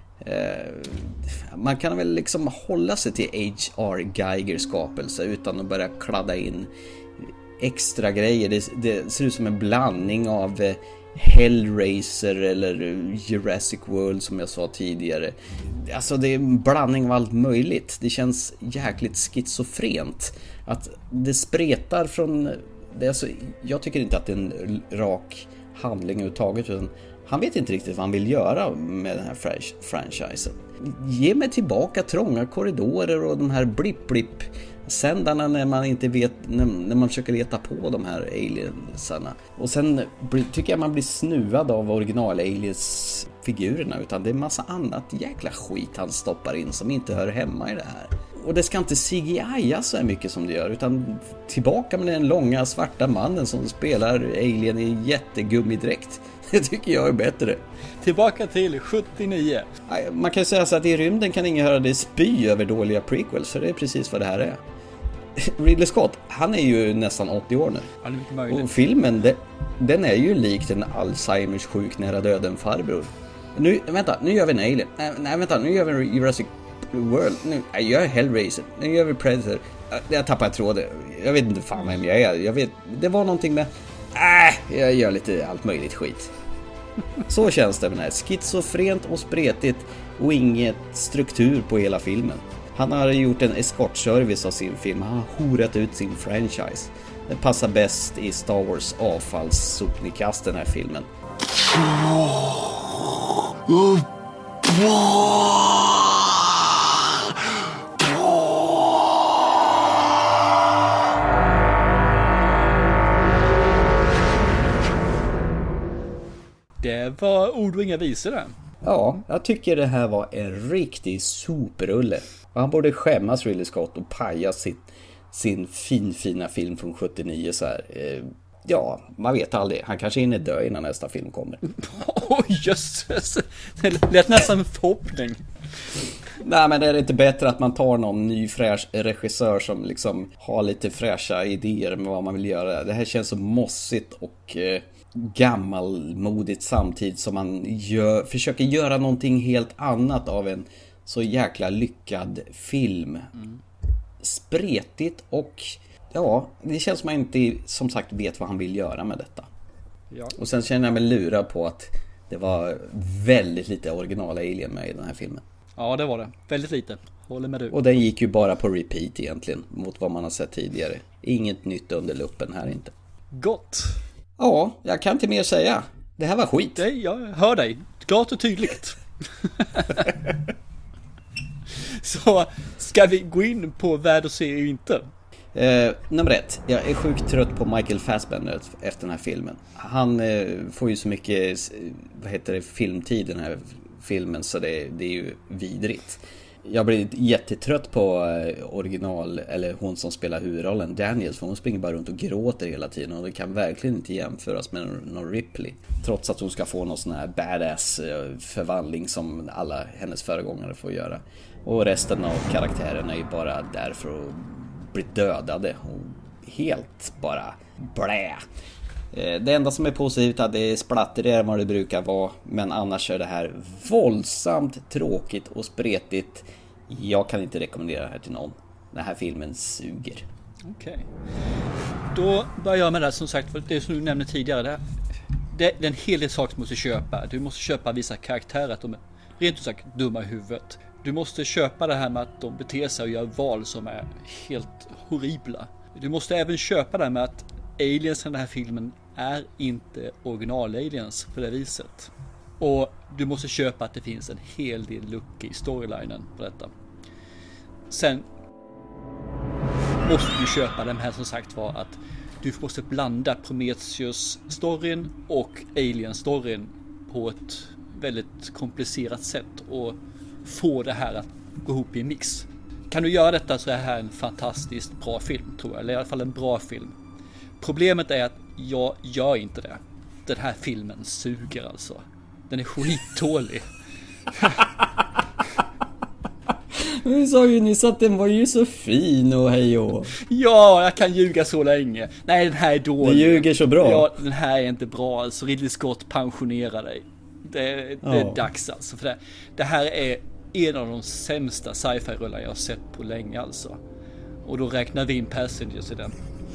Man kan väl liksom hålla sig till H.R. Giger skapelse utan att börja kladda in extra grejer. Det ser ut som en blandning av Hellraiser eller Jurassic World som jag sa tidigare. Alltså det är en blandning av allt möjligt. Det känns jäkligt schizofrent. Att det spretar från... Alltså, jag tycker inte att det är en rak handling överhuvudtaget, utan han vet inte riktigt vad han vill göra med den här franchisen. Ge mig tillbaka trånga korridorer och de här blipp sändarna när man inte vet, när man försöker leta på de här aliensarna. Och sen tycker jag man blir snuvad av original aliens figurerna, utan det är massa annat jäkla skit han stoppar in som inte hör hemma i det här. Och det ska inte CGI så här mycket som det gör, utan tillbaka med den långa svarta mannen som spelar alien i jättegummidräkt. Det tycker jag är bättre. Tillbaka till 79. Man kan ju säga så att i rymden kan ingen höra det spy över dåliga prequels, så det är precis vad det här är. Ridley Scott, han är ju nästan 80 år nu. Ja, det är mycket möjligt. Och filmen, den är ju likt en Alzheimers sjuk nära döden farbror. Nu gör vi en alien. Nu gör vi en Jurassic World. Jag gör Hellraiser. Nu gör vi Predator. Jag tappar tråden. Jag vet inte fan vem jag är. Jag vet, det var någonting med... jag gör lite allt möjligt skit. Så känns det med den här. Schizofrent och spretigt och inget struktur på hela filmen. Han har gjort en eskortservice av sin film. Han har horat ut sin franchise. Det passar bäst i Star Wars avfallssopnikast, den här filmen. Det var ord och inga visor där. Ja, jag tycker det här var en riktig superrulle. Och han borde skämmas, Ridley Scott, och paja sin fina film från 79 så här. Ja, man vet aldrig. Han kanske hinner dö innan nästa film kommer. Jösses. Det lät nästan en förhoppning. Nej, men det är inte bättre att man tar någon ny fräsch regissör som liksom har lite fräscha idéer med vad man vill göra. Det här känns så mossigt och gammalmodigt samtidigt som man försöker göra någonting helt annat av en så jäkla lyckad film. Spretigt och ja, det känns som man inte som sagt vet vad han vill göra med detta. Ja. Och sen känner jag mig lurad på att det var väldigt lite originala alien med i den här filmen. Ja, det var det. Väldigt lite. Håller med du. Och den gick ju bara på repeat egentligen mot vad man har sett tidigare. Inget nytt under luppen här inte. Gott. Ja, jag kan inte mer säga. Det här var skit. Jag hör dig. Klart och tydligt. Så ska vi gå in på värd och se och inte? Nummer 1. Jag är sjukt trött på Michael Fassbender efter den här filmen. Han får ju så mycket filmtid i den här filmen så det är ju vidrigt. Jag blir jättetrött på original, eller hon som spelar huvudrollen, Daniels, för hon springer bara runt och gråter hela tiden och det kan verkligen inte jämföras med någon Ripley. Trots att hon ska få någon sån här badass förvandling som alla hennes föregångare får göra. Och resten av karaktärerna är ju bara där för att bli dödade och helt bara blä. Det enda som är positivt är att det är splatterigare än vad det brukar vara. Men annars är det här våldsamt tråkigt och spretigt. Jag kan inte rekommendera det här till någon. Den här filmen suger. Okej. Då börjar jag med det som sagt, för det som du nämnde tidigare. Det är en hel del saker du måste köpa. Du måste köpa vissa karaktärer att de är rent ut sagt dumma i huvudet. Du måste köpa det här med att de beter sig och gör val som är helt horribla. Du måste även köpa det här med att aliens i den här filmen är inte original-aliens på det viset. Och du måste köpa att det finns en hel del luckor i storylinen på detta. Sen måste du köpa den här som sagt var att du måste blanda Prometheus-storyn och Alien-storyn på ett väldigt komplicerat sätt och få det här att gå ihop i en mix. Kan du göra detta så är det här en fantastiskt bra film, tror jag. Eller i alla fall en bra film. Problemet är att jag gör inte det. Den här filmen suger alltså. Den är skitdålig. Du sa ju nyss att den var ju så fin och hej och... Ja, jag kan ljuga så länge. Nej, den här är dålig. Du ljuger så bra. Ja, den här är inte bra. Alltså, Ridley Scott, pensionera dig. Det är dags alltså. För det här är en av de sämsta sci-fi-rullar jag har sett på länge alltså. Och då räknar vi in Passengers i den.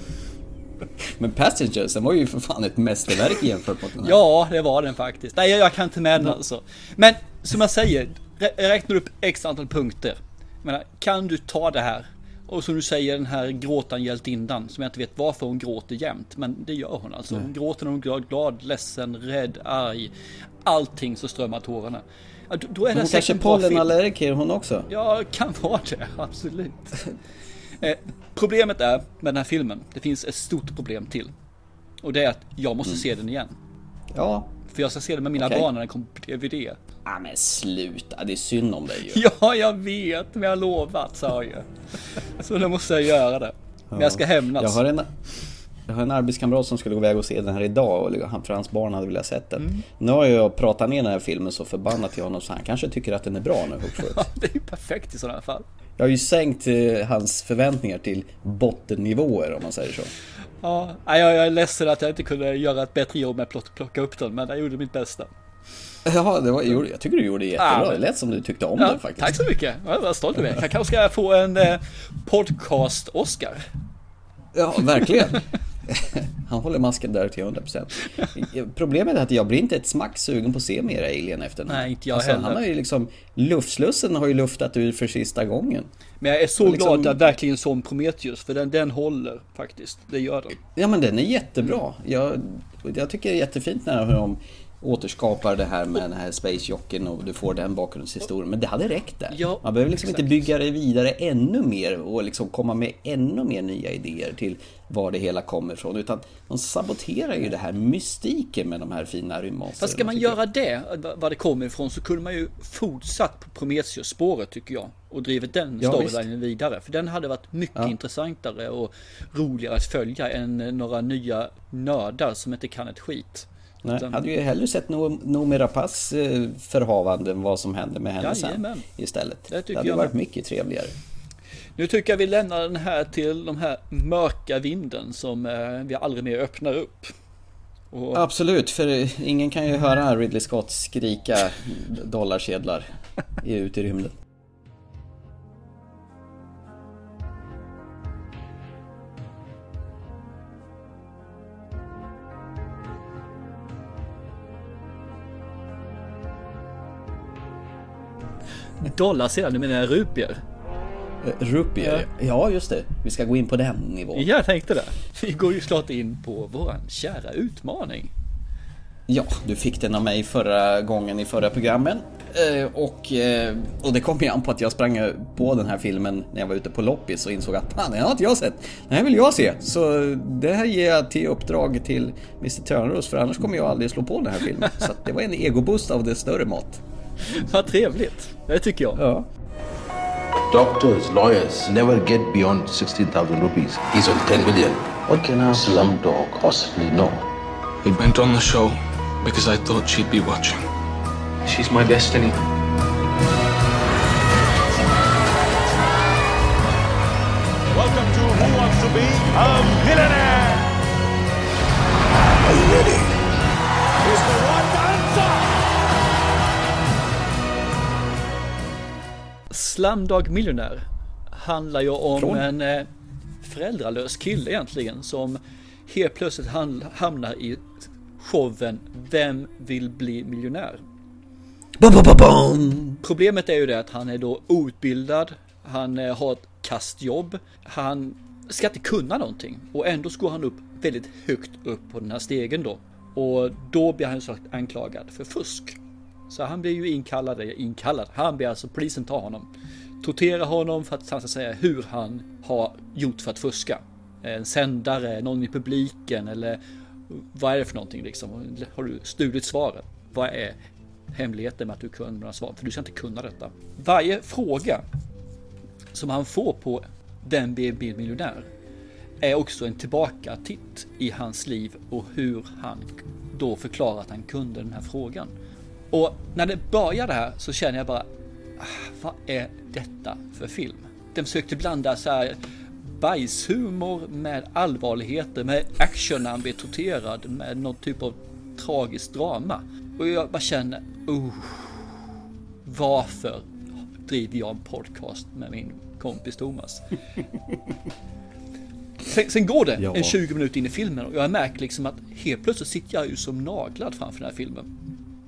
Men Passengers, den var ju för fan ett mästerverk jämfört med den här. Ja, det var den faktiskt. Nej, jag kan inte med den alltså. Men som jag säger, räknar upp x antal punkter. Men kan du ta det här? Och som du säger, den här gråtan hjältinnan, som jag inte vet varför hon gråter jämt, men det gör hon alltså. Hon gråter när hon är glad, ledsen, rädd, arg. Allting så strömmar tårarna. Ja, då är det hon kanske pollenallergiker hon också. Ja, kan vara det, absolut. Problemet är med den här filmen, det finns ett stort problem till. Och det är att jag måste se den igen. Ja. För jag ska se den med mina barn när den kommer på DVD. Ja men sluta, det är synd om dig ju. Ja, jag vet, men jag har lovat, sa jag ju. Så då måste jag göra det. Men jag ska hämnas. Jag har en arbetskamrat som skulle gå iväg och se den här idag, och för hans barn hade velat sett den. Nu har jag pratat ner den här filmen så förbannat till honom, så han kanske tycker att den är bra nu. Ja, det är ju perfekt i sådana fall. Jag har ju sänkt hans förväntningar till bottennivåer, om man säger så. Ja, jag är ledsen att jag inte kunde göra ett bättre jobb med att plocka upp den, men jag gjorde mitt bästa. Ja, jag tycker du gjorde det jättebra. Det lät som du tyckte om den faktiskt. Tack så mycket, jag var stolt över det. Jag kanske ska få en podcast-Oscar. Ja, verkligen. Han håller masken där till 100%. Problemet är att jag blir inte ett smack sugen på att se mer Alien efter den. Nej, inte jag heller. Han har ju liksom, luftslussen har ju luftat ur för sista gången. Men jag är så glad att jag verkligen som Prometheus, för den håller faktiskt. Det gör den. Ja, men den är jättebra. Jag tycker det är jättefint när de återskapar det här med den här Space Jocken och du får den bakgrundshistorien. Men det hade räckt där. Ja, man behöver liksom inte bygga det vidare ännu mer och liksom komma med ännu mer nya idéer till var det hela kommer ifrån. Utan de saboterar ju det här mystiken med de här fina rymdmonsterna. Fast ska man göra det, var det kommer ifrån, så kunde man ju fortsatt på Prometheus-spåret tycker jag. Och drivit den storylinen vidare. För den hade varit mycket intressantare och roligare att följa än några nya nördar som inte kan ett skit. Nej, hade ju hellre sett Noomi Rapaces förhavande än vad som hände med henne sen istället. Det hade varit mycket trevligare. Nu tycker jag vi lämnar den här till de här mörka vinden som vi aldrig mer öppnar upp. Och... Absolut, för ingen kan ju höra Ridley Scott skrika dollarsedlar ut i rymden. Dollarsedlar, du menar rupier? Rupier, ja just det. Vi ska gå in på den nivån. Jag tänkte det. Vi går ju klart in på våran kära utmaning. Ja, du fick den av mig förra gången i förra programmen. Och det kom ju an på att jag sprang på den här filmen när jag var ute på loppis och insåg att den har inte jag sett. Den här vill jag se. Så det här ger jag till uppdrag till Mr. Törnros, för annars kommer jag aldrig slå på den här filmen. Så att det var en egoboost av det större mått. Vad trevligt, det tycker jag. Ja. Doctors, lawyers never get beyond 16,000 rupees. He's on 10 million. What can our Slumdog possibly know? He went on the show because I thought she'd be watching. She's my destiny. Welcome to Who Wants to Be a Millionaire? Are you ready? Here's the right answer! Slumdog Millionaire handlar ju om en föräldralös kille egentligen som helt plötsligt hamnar i showen Vem vill bli miljonär? Problemet är ju det att han är då outbildad, han har ett kastjobb, han ska inte kunna någonting och ändå går han upp väldigt högt upp på den här stegen då. Och då blir han så anklagad för fusk. Så han blir ju inkallad. Han blir alltså, polisen tar honom, torterar honom för att han ska säga hur han har gjort för att fuska. En sändare, någon i publiken eller vad är det för någonting liksom? Har du stulit svaret? Vad är hemligheten med att du kunde svar? För du ska inte kunna detta. Varje fråga som han får på Den blir miljonär är också en tillbaka-titt i hans liv och hur han då förklarar att han kunde den här frågan. Och när det börjar det här så känner jag bara, vad är detta för film? Den försökte blanda så här bajshumor med allvarligheter, med action när han blir torterad, med någon typ av tragiskt drama. Och jag bara känner, varför driver jag en podcast med min kompis Thomas? Sen går det en 20 minuter in i filmen och jag märker liksom att helt plötsligt sitter jag ju som naglad framför den här filmen.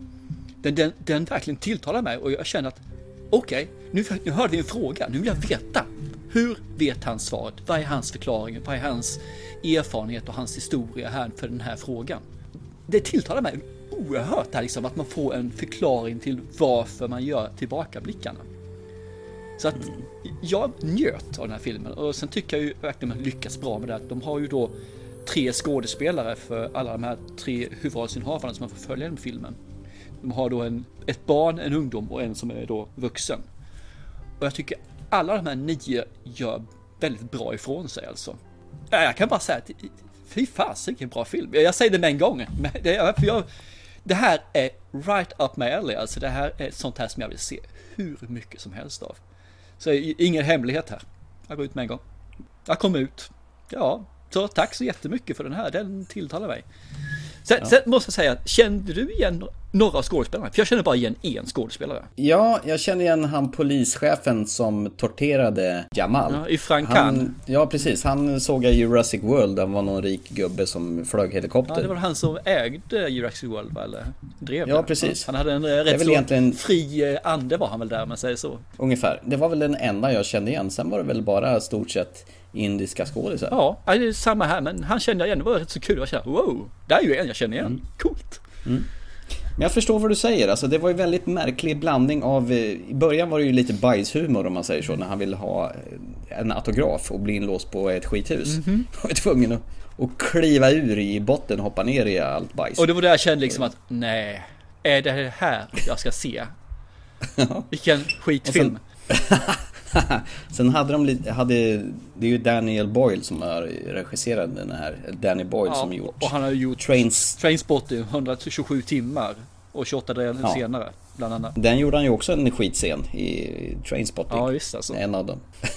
Den verkligen tilltalar mig och jag känner att okej, nu hörde vi en fråga, nu vill jag veta. Hur vet han svaret? Vad är hans förklaring? Vad är hans erfarenhet och hans historia här för den här frågan? Det tilltalar mig oerhört här liksom, att man får en förklaring till varför man gör tillbakablickarna. Så att jag njöt av den här filmen och sen tycker jag ju verkligen att man lyckas bra med det. De har ju då 3 skådespelare för alla de här 3 huvudrollsinnehavarna som man får följa den filmen. De har då ett barn, en ungdom och en som är då vuxen. Och jag tycker alla de här 9 gör väldigt bra ifrån sig alltså. Jag kan bara säga att fy fasen vilken bra film. Jag säger det med en gång. Det här är right up my alley. Alltså det här är sånt här som jag vill se hur mycket som helst av. Så ingen hemlighet här. Jag går ut med en gång. Jag kom ut. Ja, så tack så jättemycket för den här. Den tilltalar mig. Sen måste jag säga, kände du igen några av skådespelarna? För jag känner bara igen en skådespelare. Ja, jag känner igen han polischefen som torterade Jamal. Ja, i Frank Khan. Ja, precis. Han såg i Jurassic World. Han var någon rik gubbe som flög helikopter. Ja, det var han som ägde Jurassic World, eller drev det. Ja, precis. Han hade en rätt så egentligen fri ande var han väl där, man säger så. Ungefär. Det var väl den enda jag kände igen. Sen var det väl bara stort sett indiska skådisar. Ja, det är samma här, men han kände jag igen. Det var rätt så kul. Jag kände, wow, det är ju en jag känner igen. Coolt. Men jag förstår vad du säger. Alltså, det var ju väldigt märklig blandning av... I början var det ju lite bajshumor om man säger så. När han ville ha en autograf och bli inlåst på ett skithus. Han var tvungen att kliva ur i botten och hoppa ner i allt bajs. Och det var där jag kände liksom att nej, är det här jag ska se? Vilken skitfilm. Sen det är ju Daniel Boyle som har regisserat den här. Danny Boyle som gjort. Och han har gjort Trainspotting 127 timmar och 28 dagar senare bland annat. Den gjorde han ju också en skitscen i Trainspotting. Ja, visst alltså. En av dem.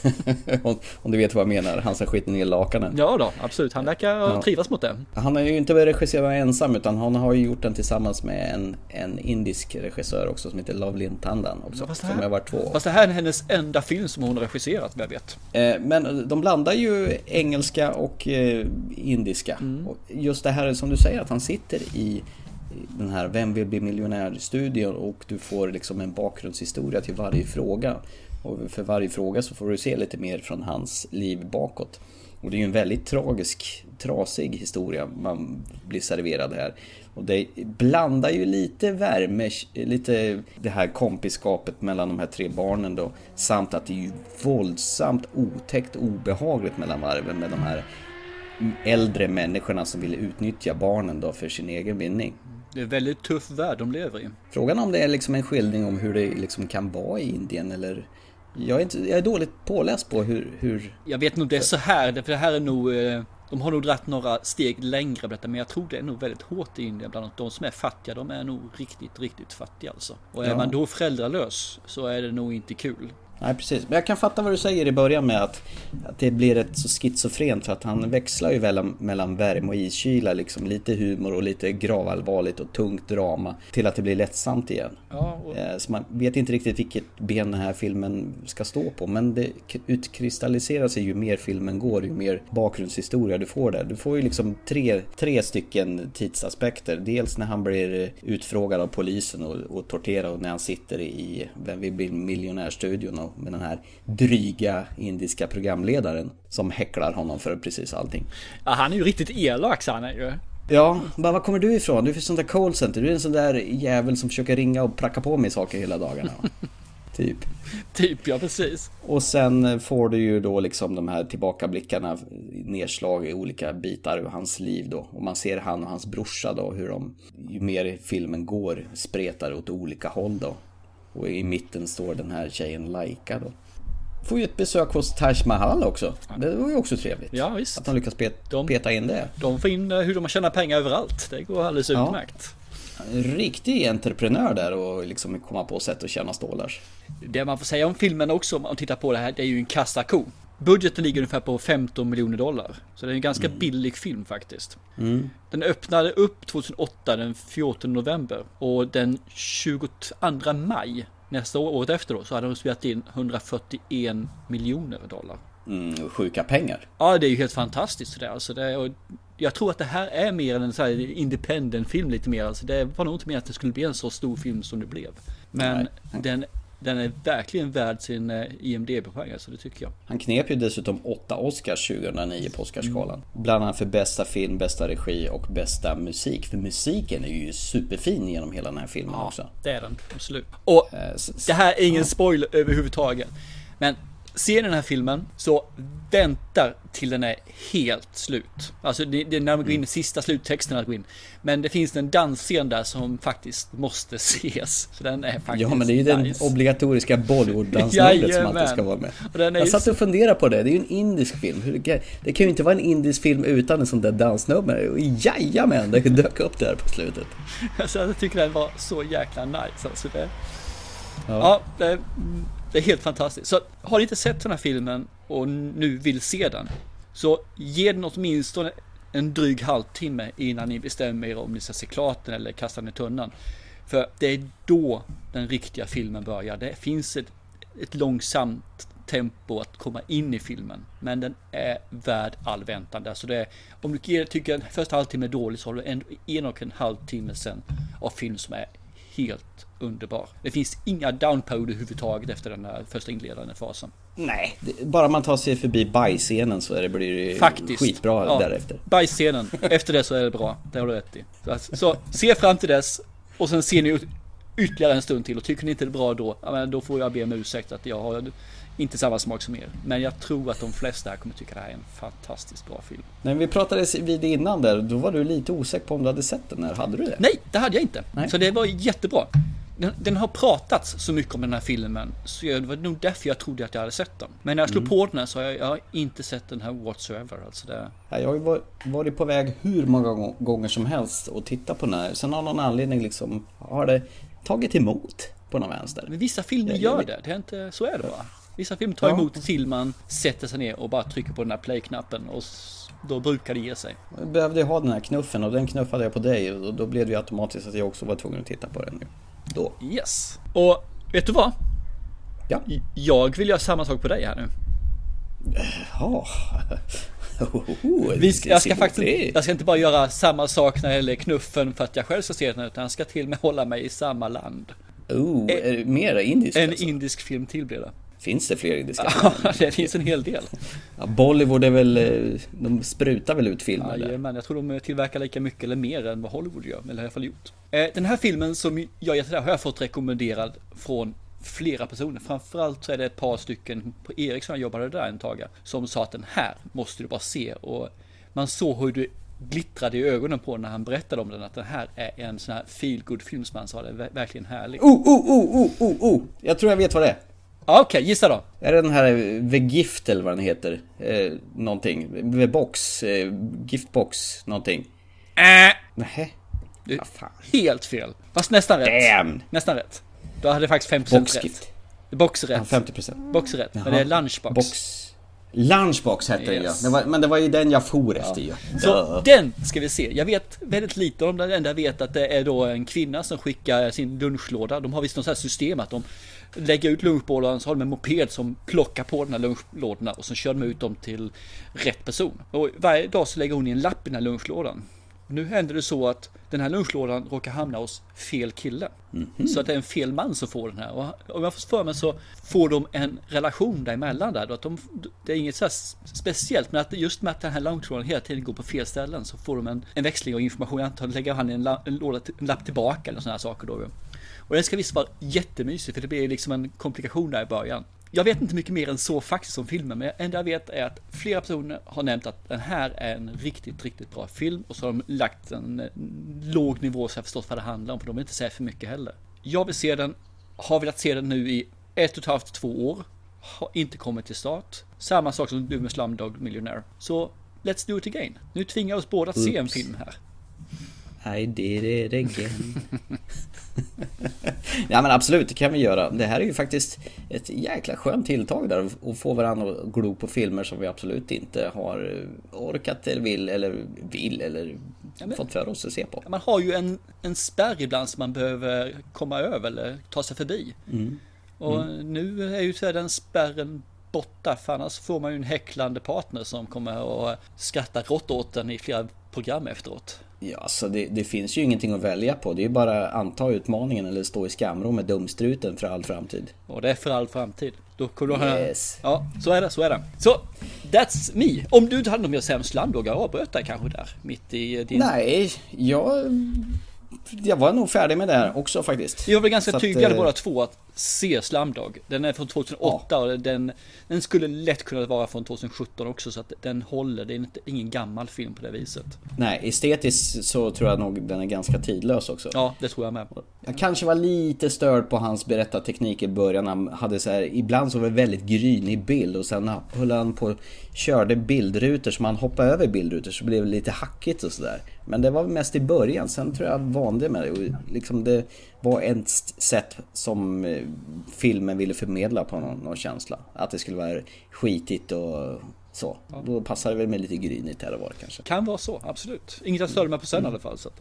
om du vet vad jag menar. Han som skiter ner lakanen. Ja då, absolut. Han verkar trivas mot det. Han har ju inte regisserat ensam utan han har ju gjort den tillsammans med en indisk regissör också som heter Lovelin Tandon också. Ja, som har varit 2 år. Fast det här är hennes enda film som hon har regisserat, vad jag vet. Men de blandar ju engelska och indiska. Och just det här som du säger att han sitter i den här Vem vill bli miljonär-studion och du får liksom en bakgrundshistoria till varje fråga. Och för varje fråga så får du se lite mer från hans liv bakåt. Och det är ju en väldigt trasig historia man blir serverad här. Och det blandar ju lite värme, lite det här kompiskapet mellan de här 3 barnen då. Samt att det är ju våldsamt otäckt obehagligt mellan varven med de här äldre människorna som vill utnyttja barnen då för sin egen vinning. Det är en väldigt tuff värld de lever i. Frågan om det är liksom en skildring om hur det liksom kan vara i Indien eller... Jag är dåligt påläst på hur... Jag vet nog det är så här, för det här är nog... De har nog dratt några steg längre på detta, men jag tror det är nog väldigt hårt i Indien. Bland annat de som är fattiga, de är nog riktigt fattiga alltså. Och är man då föräldralös så är det nog inte kul. Nej, precis. Men jag kan fatta vad du säger i början med att det blir rätt så schizofrent för att han växlar ju mellan värme och iskyla liksom, lite humor och lite gravallvarligt och tungt drama till att det blir lättsamt igen. Ja, så man vet inte riktigt vilket ben den här filmen ska stå på, men det utkristalliserar sig ju mer filmen går, ju mer bakgrundshistoria du får där. Du får ju liksom tre stycken tidsaspekter. Dels när han blir utfrågad av polisen och torterad och när han sitter i Vem vill bli miljonärstudion och med den här dryga indiska programledaren som häcklar honom för precis allting. Ja, han är ju riktigt elak, han är ju. Ja, var kommer du ifrån? Du är för sånt där callcenter. Du är en sån där jävel som försöker ringa och pracka på mig saker hela dagarna. Typ, ja precis. Och sen får du ju då liksom de här tillbakablickarna, nedslag i olika bitar ur hans liv då. Och man ser han och hans brorsa då, hur de, ju mer filmen går, spretar åt olika håll då. Och i mitten står den här tjejen Laika då. Får ju ett besök hos Taj Mahal också. Det var ju också trevligt. Ja, visst. Att de lyckas peta in det. De får in hur de tjänar pengar överallt. Det går alldeles utmärkt. En riktig entreprenör där och liksom komma på sätt att tjäna stålar. Det man får säga om filmen också, om man tittar på det här, det är ju en kassako. Budgeten ligger ungefär på $15 miljoner. Så det är en ganska billig film faktiskt. Den öppnade upp 2008 den 14 november. Och den 22 maj nästa året efter då, så hade de spelat in $141 miljoner. Sjuka pengar. Ja, det är ju helt fantastiskt det. Alltså jag tror att det här är mer än en så här independent film lite mer. Alltså det var nog inte mer att det skulle bli en så stor film som det blev. Men den är verkligen värd sin IMDb-poäng, alltså det tycker jag. Han knep ju dessutom 8 Oscars 2009 på Oscarsgalan. Bland annat för bästa film, bästa regi och bästa musik. För musiken är ju superfin genom hela den här filmen också. Det är den, absolut. Och det här är ingen spoiler överhuvudtaget. Men se den här filmen så väntar till den är helt slut. Alltså det är när man går in i sista sluttexten att gå in. Men det finns en dansscen där som faktiskt måste ses. Så den är faktiskt men det är ju nice. Den obligatoriska Bollywood-dansnumret som alltid ska vara med. Jag satt och funderade på det. Det är ju en indisk film. Det kan ju inte vara en indisk film utan en sån där dansnummer. Och jajamän, det dök upp där på slutet. Alltså, jag tycker den var så jäkla nice. Alltså det är helt fantastiskt. Så har ni inte sett den här filmen och nu vill se den, så ge den åtminstone en dryg halvtimme innan ni bestämmer er om ni ska se klart den eller kasta den i tunnan. För det är då den riktiga filmen börjar. Det finns ett långsamt tempo att komma in i filmen, men den är värd all väntan där. Så det är, om du tycker att första halvtimmen är dålig, så har du ändå 1,5 timme sen av film som är helt underbar. Det finns inga downpower överhuvudtaget efter den här första inledande fasen. Nej, bara man tar sig förbi bajscenen så blir det faktiskt skitbra därefter. Bajscenen, efter det så är det bra. Det har du rätt i. Så se fram till dess och sen ser ni ytterligare en stund till och tycker ni inte det är bra då får jag be om ursäkt att jag har inte samma smak som er. Men jag tror att de flesta här kommer tycka det här är en fantastiskt bra film. När vi pratade vid innan där, då var du lite osäker på om du hade sett den här. Hade du det? Nej, det hade jag inte. Nej. Så det var jättebra. Den har pratats så mycket om den här filmen, så det var nog därför jag trodde att jag hade sett den. Men när jag slog på den här så har jag inte sett den här whatsoever. Alltså det... Jag har ju varit på väg hur många gånger som helst och titta på den här. Sen av någon anledning liksom har det tagit emot på någon vänster. Men vissa filmer gör det. Det är inte, så är det bara. Vissa filmer tar emot till man sätter sig ner och bara trycker på den här play-knappen och då brukar det ge sig. Jag behövde ha den här knuffen och den knuffade jag på dig och då blev det ju automatiskt att jag också var tvungen att titta på den nu. Då. Yes. Och vet du vad? Ja. Jag vill göra samma sak på dig här nu. Ja. Jag ska inte bara göra samma sak när det gäller knuffen för att jag själv ska se den, utan jag ska till och med hålla mig i samma land. Är det mer indisk? En indisk film till blir det. Finns det fler indiska? Ja, det finns en hel del. Ja, Bollywood är väl, de sprutar väl ut filmer där. Men jag tror de tillverkar lika mycket eller mer än vad Hollywood gör, eller i alla fall gjort. Den här filmen som jag gett där har jag fått rekommenderad från flera personer. Framförallt så är det ett par stycken på Ericsson, jag jobbade där en tag, som sa att den här måste du bara se. Och man såg hur du glittrade i ögonen på när han berättade om den, att den här är en sån här feel-good film som han sa, det är verkligen härlig. Jag tror jag vet vad det är. Okej, gissa då. Är det den här Vegift eller vad den heter? Någonting. Vebox, Giftbox, någonting. Nej. Helt fel. Fast nästan rätt. Damn. Nästan rätt. Då hade faktiskt 5% Boxgift. Rätt. Box rätt. 50%. Box rätt. Men det är Lunchbox. Lunchbox hette det ju. Men det var ju den jag for efter ju. Så den ska vi se. Jag vet väldigt lite om den. Det enda jag vet att det är då en kvinna som skickar sin lunchlåda. De har visst något så här system att de lägger ut lunchlådan, så har de en moped som plockar på den här lunchlådorna och så kör de ut dem till rätt person. Och varje dag så lägger hon i en lapp i den här lunchlådan. Nu händer det så att den här lunchlådan råkar hamna hos fel kille. Så att det är en fel man som får den här. Och om jag får för mig så får de en relation däremellan där. Att det är inget så här speciellt, men att just med att den här lunchlådan hela tiden går på fel ställen så får de en växling av information. Jag antar att lägger han en lapp tillbaka eller sådana här saker då. Och den ska visst vara jättemysig, för det blir liksom en komplikation där i början. Jag vet inte mycket mer än så faktiskt om filmen, men det enda jag vet är att flera personer har nämnt att den här är en riktigt, riktigt bra film, och så har de lagt en låg nivå så jag förstått vad det handlar om, för de vill inte säga för mycket heller. Jag vill se den, har velat se den nu i 1,5-2 år, har inte kommit till start. Samma sak som du med Slumdog Millionaire. Så let's do it again. Nu tvingar oss båda att se en film här. I did it again. Ja, men absolut, det kan vi göra. Det här är ju faktiskt ett jäkla skönt tilltag där, att få varandra att glo på filmer som vi absolut inte har orkat eller vill fått för oss att se på. Man har ju en spärr ibland som man behöver komma över eller ta sig förbi. Och nu är ju så den spärren borta, för annars får man ju en häcklande partner som kommer att skratta rått åt den i flera program efteråt. Ja, så det finns ju ingenting att välja på. Det är ju bara anta utmaningen eller stå i skamrum med dumstruten för all framtid. Och det är för all framtid. Då kommer du yes. Ja, så är det. Så, that's me. Om du inte hade någon mer sämsland då, jag avbröt dig kanske där mitt i din... Nej, jag var nog färdig med det här också faktiskt. Vi var väl ganska tydliga båda två att se Slumdog. Den är från 2008 och den skulle lätt kunna vara från 2017 också, så att den håller. Det är ingen gammal film på det viset. Nej, estetiskt så tror jag nog den är ganska tidlös också. Ja, det tror jag med. Jag kanske var lite störd på hans berättarteknik i början. Han hade så här, ibland så var det väldigt grynig bild och sen höll han på körde bildrutor, så man hoppade över bildrutor så blev det lite hackigt och sådär. Men det var mest i början, sen tror jag vande med det. Och liksom det var ett sätt som filmen ville förmedla på någon känsla. Att det skulle vara skitigt och så. Ja. Då passar det väl med lite grynigt här och var kanske. Kan vara så, absolut. Inget att störa mig på sen i alla fall. Så att...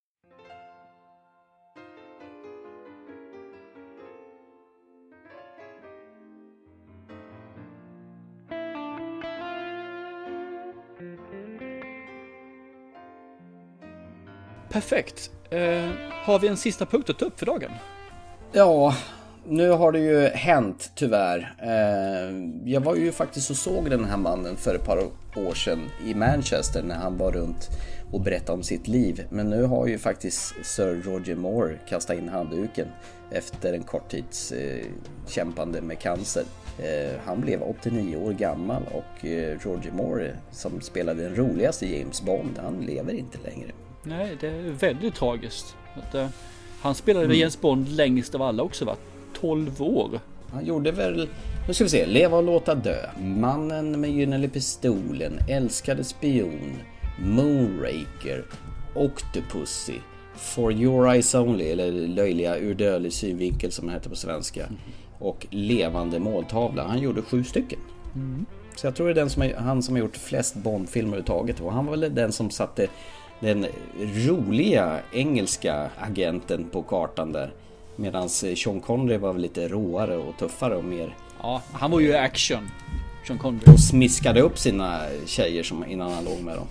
Perfekt. Har vi en sista punkt att ta upp för dagen? Ja, nu har det ju hänt tyvärr. Jag var ju faktiskt och såg den här mannen för ett par år sedan i Manchester när han var runt och berättade om sitt liv. Men nu har ju faktiskt Sir Roger Moore kastat in handduken efter en kort tids kämpande med cancer. Han blev 89 år gammal och Roger Moore, som spelade den roligaste James Bond, han lever inte längre. Nej, det är väldigt tragiskt. Att, han spelade James Bond längst av alla också, va? 12 år. Han gjorde väl, nu ska vi se, Leva och låta dö, Mannen med gyllene pistolen, Älskade spion, Moonraker, Octopussy, For your eyes only, eller Löjliga ur dödlig synvinkel som det heter på svenska, och Levande måltavla. Han gjorde 7 stycken. Så jag tror det är han som har gjort flest Bond-filmer överhuvudtaget, och han var väl den som satte den roliga engelska agenten på kartan där. Medan Sean Connery var väl lite råare och tuffare och mer... Ja, han var ju action, Sean Connery. Och smiskade upp sina tjejer innan han låg med dem.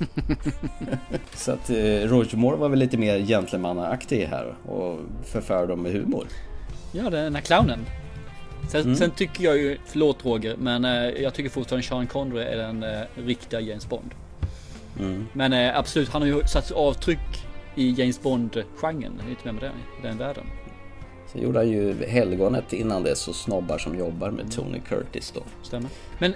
Så att Roger Moore var väl lite mer gentlemannaaktig här och förförde dem med humor. Ja, den här clownen. Sen tycker jag ju, förlåt Roger, men jag tycker fortfarande Sean Connery är den riktiga James Bond. Men absolut, han har ju satt avtryck i James Bond-genren, inte med det, i den världen. Så gjorde han ju Helgonet innan dess, och Snobbar som jobbar med Tony Curtis då. Stämmer. Men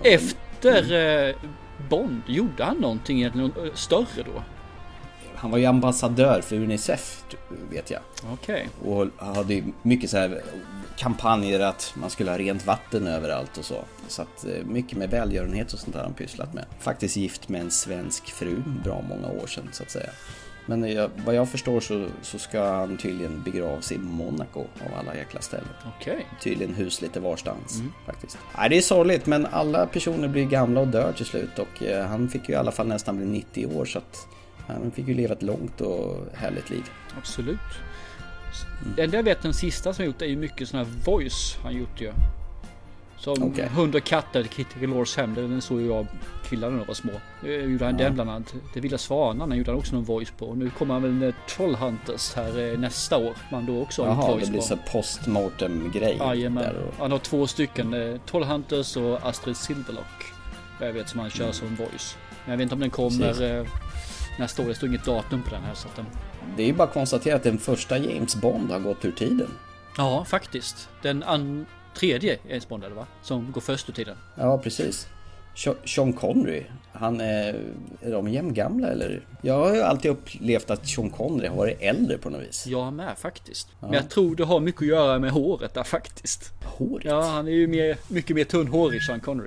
efter Bond, gjorde han någonting egentligen större då? Han var ju ambassadör för Unicef, vet jag. Okej. Och hade ju mycket så här kampanjer att man skulle ha rent vatten överallt och så. Så att mycket med välgörenhet och sånt där han pysslat med. Faktiskt gift med en svensk fru bra många år sedan, så att säga. Men vad jag förstår så ska han tydligen begravas i Monaco av alla jäkla ställen. Okej. Tydligen hus lite varstans faktiskt. Nej, det är sorgligt, men alla personer blir gamla och dör till slut. Och han fick ju i alla fall nästan bli 90 år, så att han fick ju leva ett långt och härligt liv. Absolut. Det enda jag vet, den sista som gjort är ju mycket sån här voice han gjort ju. Som 100 katter, Kitty Galores hem. Den såg ju jag killarna när de var små. Gjorde han den bland annat. Det Vilda Svanarna gjorde han också någon voice på. Nu kommer han väl med Trollhunters här nästa år. Man då också har en voice det blir på. Så postmortem-grej. Han har 2 stycken. Trollhunters och Astrid Silverlock. Jag vet som han kör som voice. Men jag vet inte om den kommer nästa år. Det står inget datum på den här. Så att det är ju bara att konstatera att den första James Bond har gått ur tiden. Ja, faktiskt. Den tredje James Bond, va? Som går först ur tiden. Ja, precis. Sean Connery, är de jämngamla eller? Jag har ju alltid upplevt att Sean Connery har varit äldre på något vis. Jag med faktiskt. Ja. Men jag tror det har mycket att göra med håret där faktiskt. Håret? Ja, han är ju mycket mer tunnhårig, Sean Connery.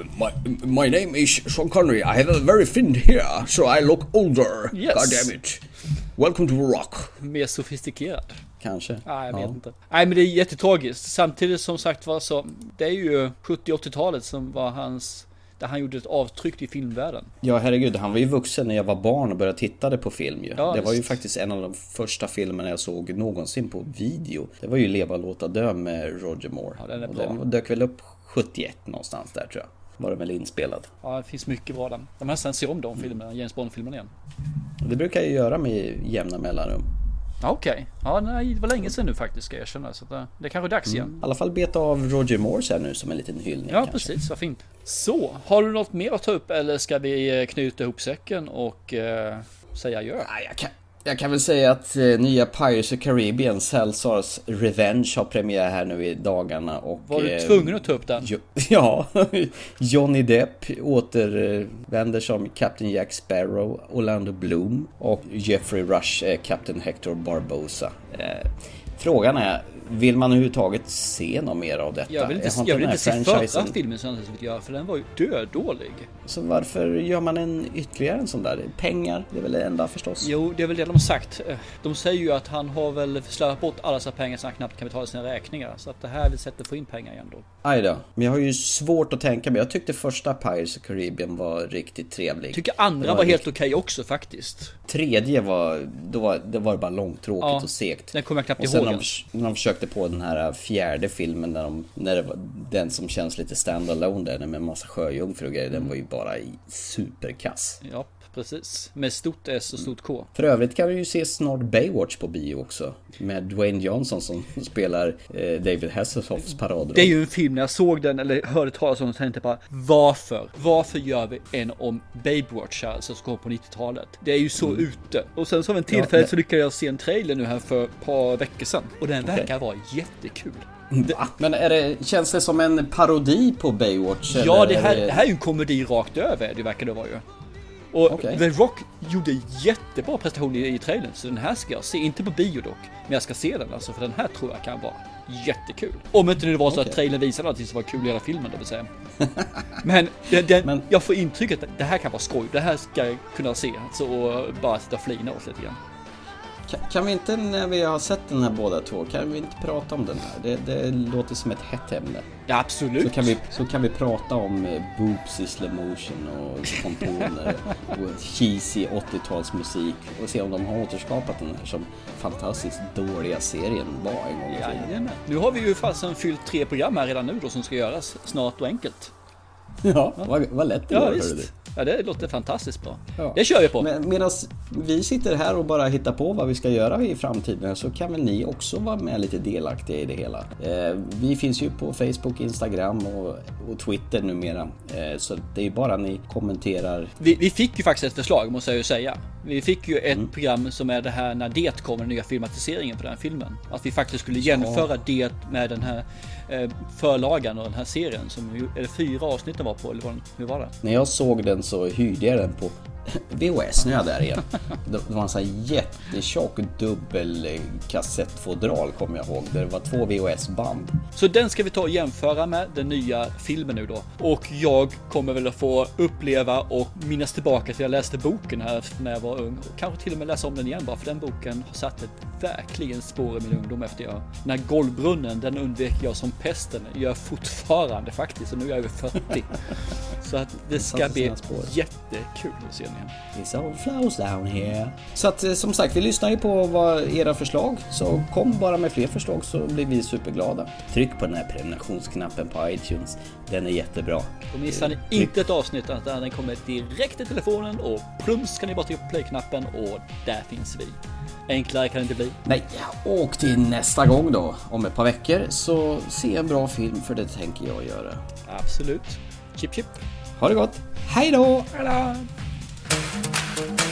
My name is Sean Connery. I have a very thin hair, so I look older. Yes. God damn it. Welcome to Rock. Mer sofistikerad. Kanske. Nej, jag vet inte. Nej, men det är jättetragiskt. Samtidigt som sagt var så, det är ju 70-80-talet som var där han gjorde ett avtryck i filmvärlden. Ja, herregud, han var ju vuxen när jag var barn och började titta på film ju. Ja, det var ju faktiskt en av de första filmerna jag såg någonsin på video. Det var ju Leva och låta dö med Roger Moore. Ja, den är bra. Den dök väl upp 71 någonstans där, tror jag. Var det väl inspelad. Ja, det finns mycket bra där. De har nästan se om de filmerna, James Bond-filmerna igen. Det brukar jag göra med jämna mellanrum. Okej. Ja, nej, det var länge sedan nu faktiskt, ska jag erkänna. Så det är kanske dags igen. I alla fall beta av Roger Moore här nu som en liten hyllning. Ja, kanske. Precis. Vad fint. Så, har du något mer att ta upp eller ska vi knyta ihop säcken och säga gör? Nej, jag kan väl säga att nya Pirates of Caribbean, Salazar's Revenge har premiär här nu i dagarna. Och, var du tvungen att ta upp den? Ja, Johnny Depp återvänder som Captain Jack Sparrow, Orlando Bloom och Jeffrey Rush, Captain Hector Barbosa. Frågan är, vill man överhuvudtaget se något mer av detta? Jag vill inte se förra filmen som jag, för den var ju dödålig. Så varför gör man ytterligare en sån där? Pengar, det är väl det enda förstås. Jo, det är väl det de har sagt. De säger ju att han har väl slarvat bort alla sina pengar så han knappt kan betala sina räkningar. Så att det här är ett sätt att få in pengar igen då. Aj då. Men jag har ju svårt att tänka mig. Jag tyckte första Pirates of Caribbean var riktigt trevlig. Jag tycker andra var helt okej också faktiskt. Tredje det var bara långtråkigt och segt. Den kommer jag knappt ihåg. När de försökte på den här fjärde filmen när det var den som känns lite standalone där med en massa sjöjungfrur och grejer, den var ju bara superkass. Ja, precis. Med stort S och stort K. För övrigt kan vi ju se snart Baywatch på bio också. Med Dwayne Johnson som spelar David Hasselhoffs paradroll. Det är ju en film, när jag såg den eller hörde talas om den, tänkte jag bara, varför gör vi en om Baywatch alltså, som kom på 90-talet? Det är ju så ute. Och sen så av en tillfälle så lyckades jag se en trailer nu här för ett par veckor sedan. Och den verkar vara jättekul. Men känns det som en parodi på Baywatch? Ja, det här är ju en komedi rakt över, det verkar det vara ju. Och The Rock gjorde jättebra prestation i trailern, så den här ska jag se, inte på bio dock, men jag ska se den alltså, för den här tror jag kan vara jättekul. Om inte det var så att trailern visade någonting som var kul i hela filmen, då vill säga. Men jag får intrycket att det här kan vara skoj, det här ska jag kunna se, så bara sitta och flina oss lite grann. Kan vi inte, när vi har sett den här båda två, kan vi inte prata om den här? Det låter som ett hett ämne. Ja, absolut. Så kan vi prata om boobs i slow motion och komponer och cheesy 80-talsmusik och se om de har återskapat den här som fantastiskt dåliga serien var en gång i tiden. Nu har vi ju fastän fyllt 3 program här redan nu då som ska göras snart och enkelt. Ja, vad lätt det var, visst. Ja, det låter fantastiskt bra. Ja. Det kör vi på. Medan vi sitter här och bara hittar på vad vi ska göra i framtiden, så kan väl ni också vara med lite delaktiga i det hela. Vi finns ju på Facebook, Instagram och Twitter numera. Så det är ju bara ni kommenterar. Vi fick ju faktiskt ett förslag, måste jag ju säga. Vi fick ju ett program som är det här när det kommer, den nya filmatiseringen på den här filmen. Att vi faktiskt skulle jämföra det med den här förlagan och den här serien som är det 4 avsnitt var på, eller hur var det? När jag såg den så hyrde jag den på VHS, nu är jag där igen. Det var en sån här jättetjock dubbel kassettfodral, kommer jag ihåg. Där det var 2 VHS-band. Så den ska vi ta och jämföra med den nya filmen nu då. Och jag kommer väl att få uppleva och minnas tillbaka till jag läste boken här när jag var ung. Och kanske till och med läsa om den igen, bara för den boken har satt ett verkligen spår i min ungdom efter jag. Den här golvbrunnen, den undvek jag som pesten. Jag fortfarande faktiskt, och nu är jag över 40. Så att det ska bli jättekul att se den igen. It's all flows down here. Så att som sagt, vi lyssnar ju på era förslag. Så kom bara med fler förslag så blir vi superglada. Tryck på den här prenumerationsknappen på iTunes. Den är jättebra. Och missar ni inte ett avsnitt, utan den kommer direkt i telefonen och plums kan ni bara trycka på play-knappen och där finns vi. Enklare kan det inte bli. Nej, och till nästa gång då, om ett par veckor, så se en bra film, för det tänker jag göra. Absolut. Chip chip. Ha det gott. Hej då! Hej då!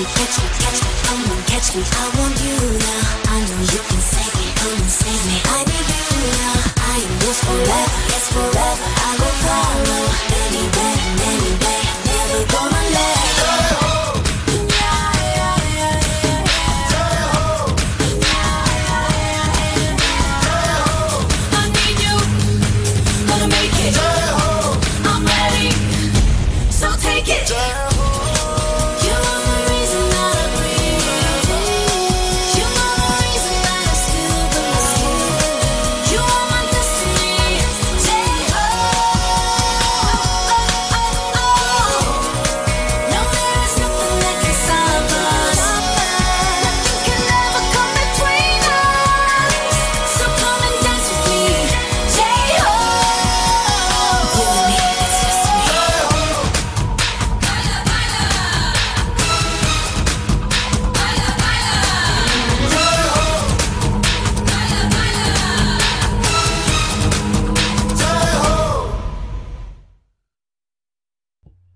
catch me, come and catch me, I will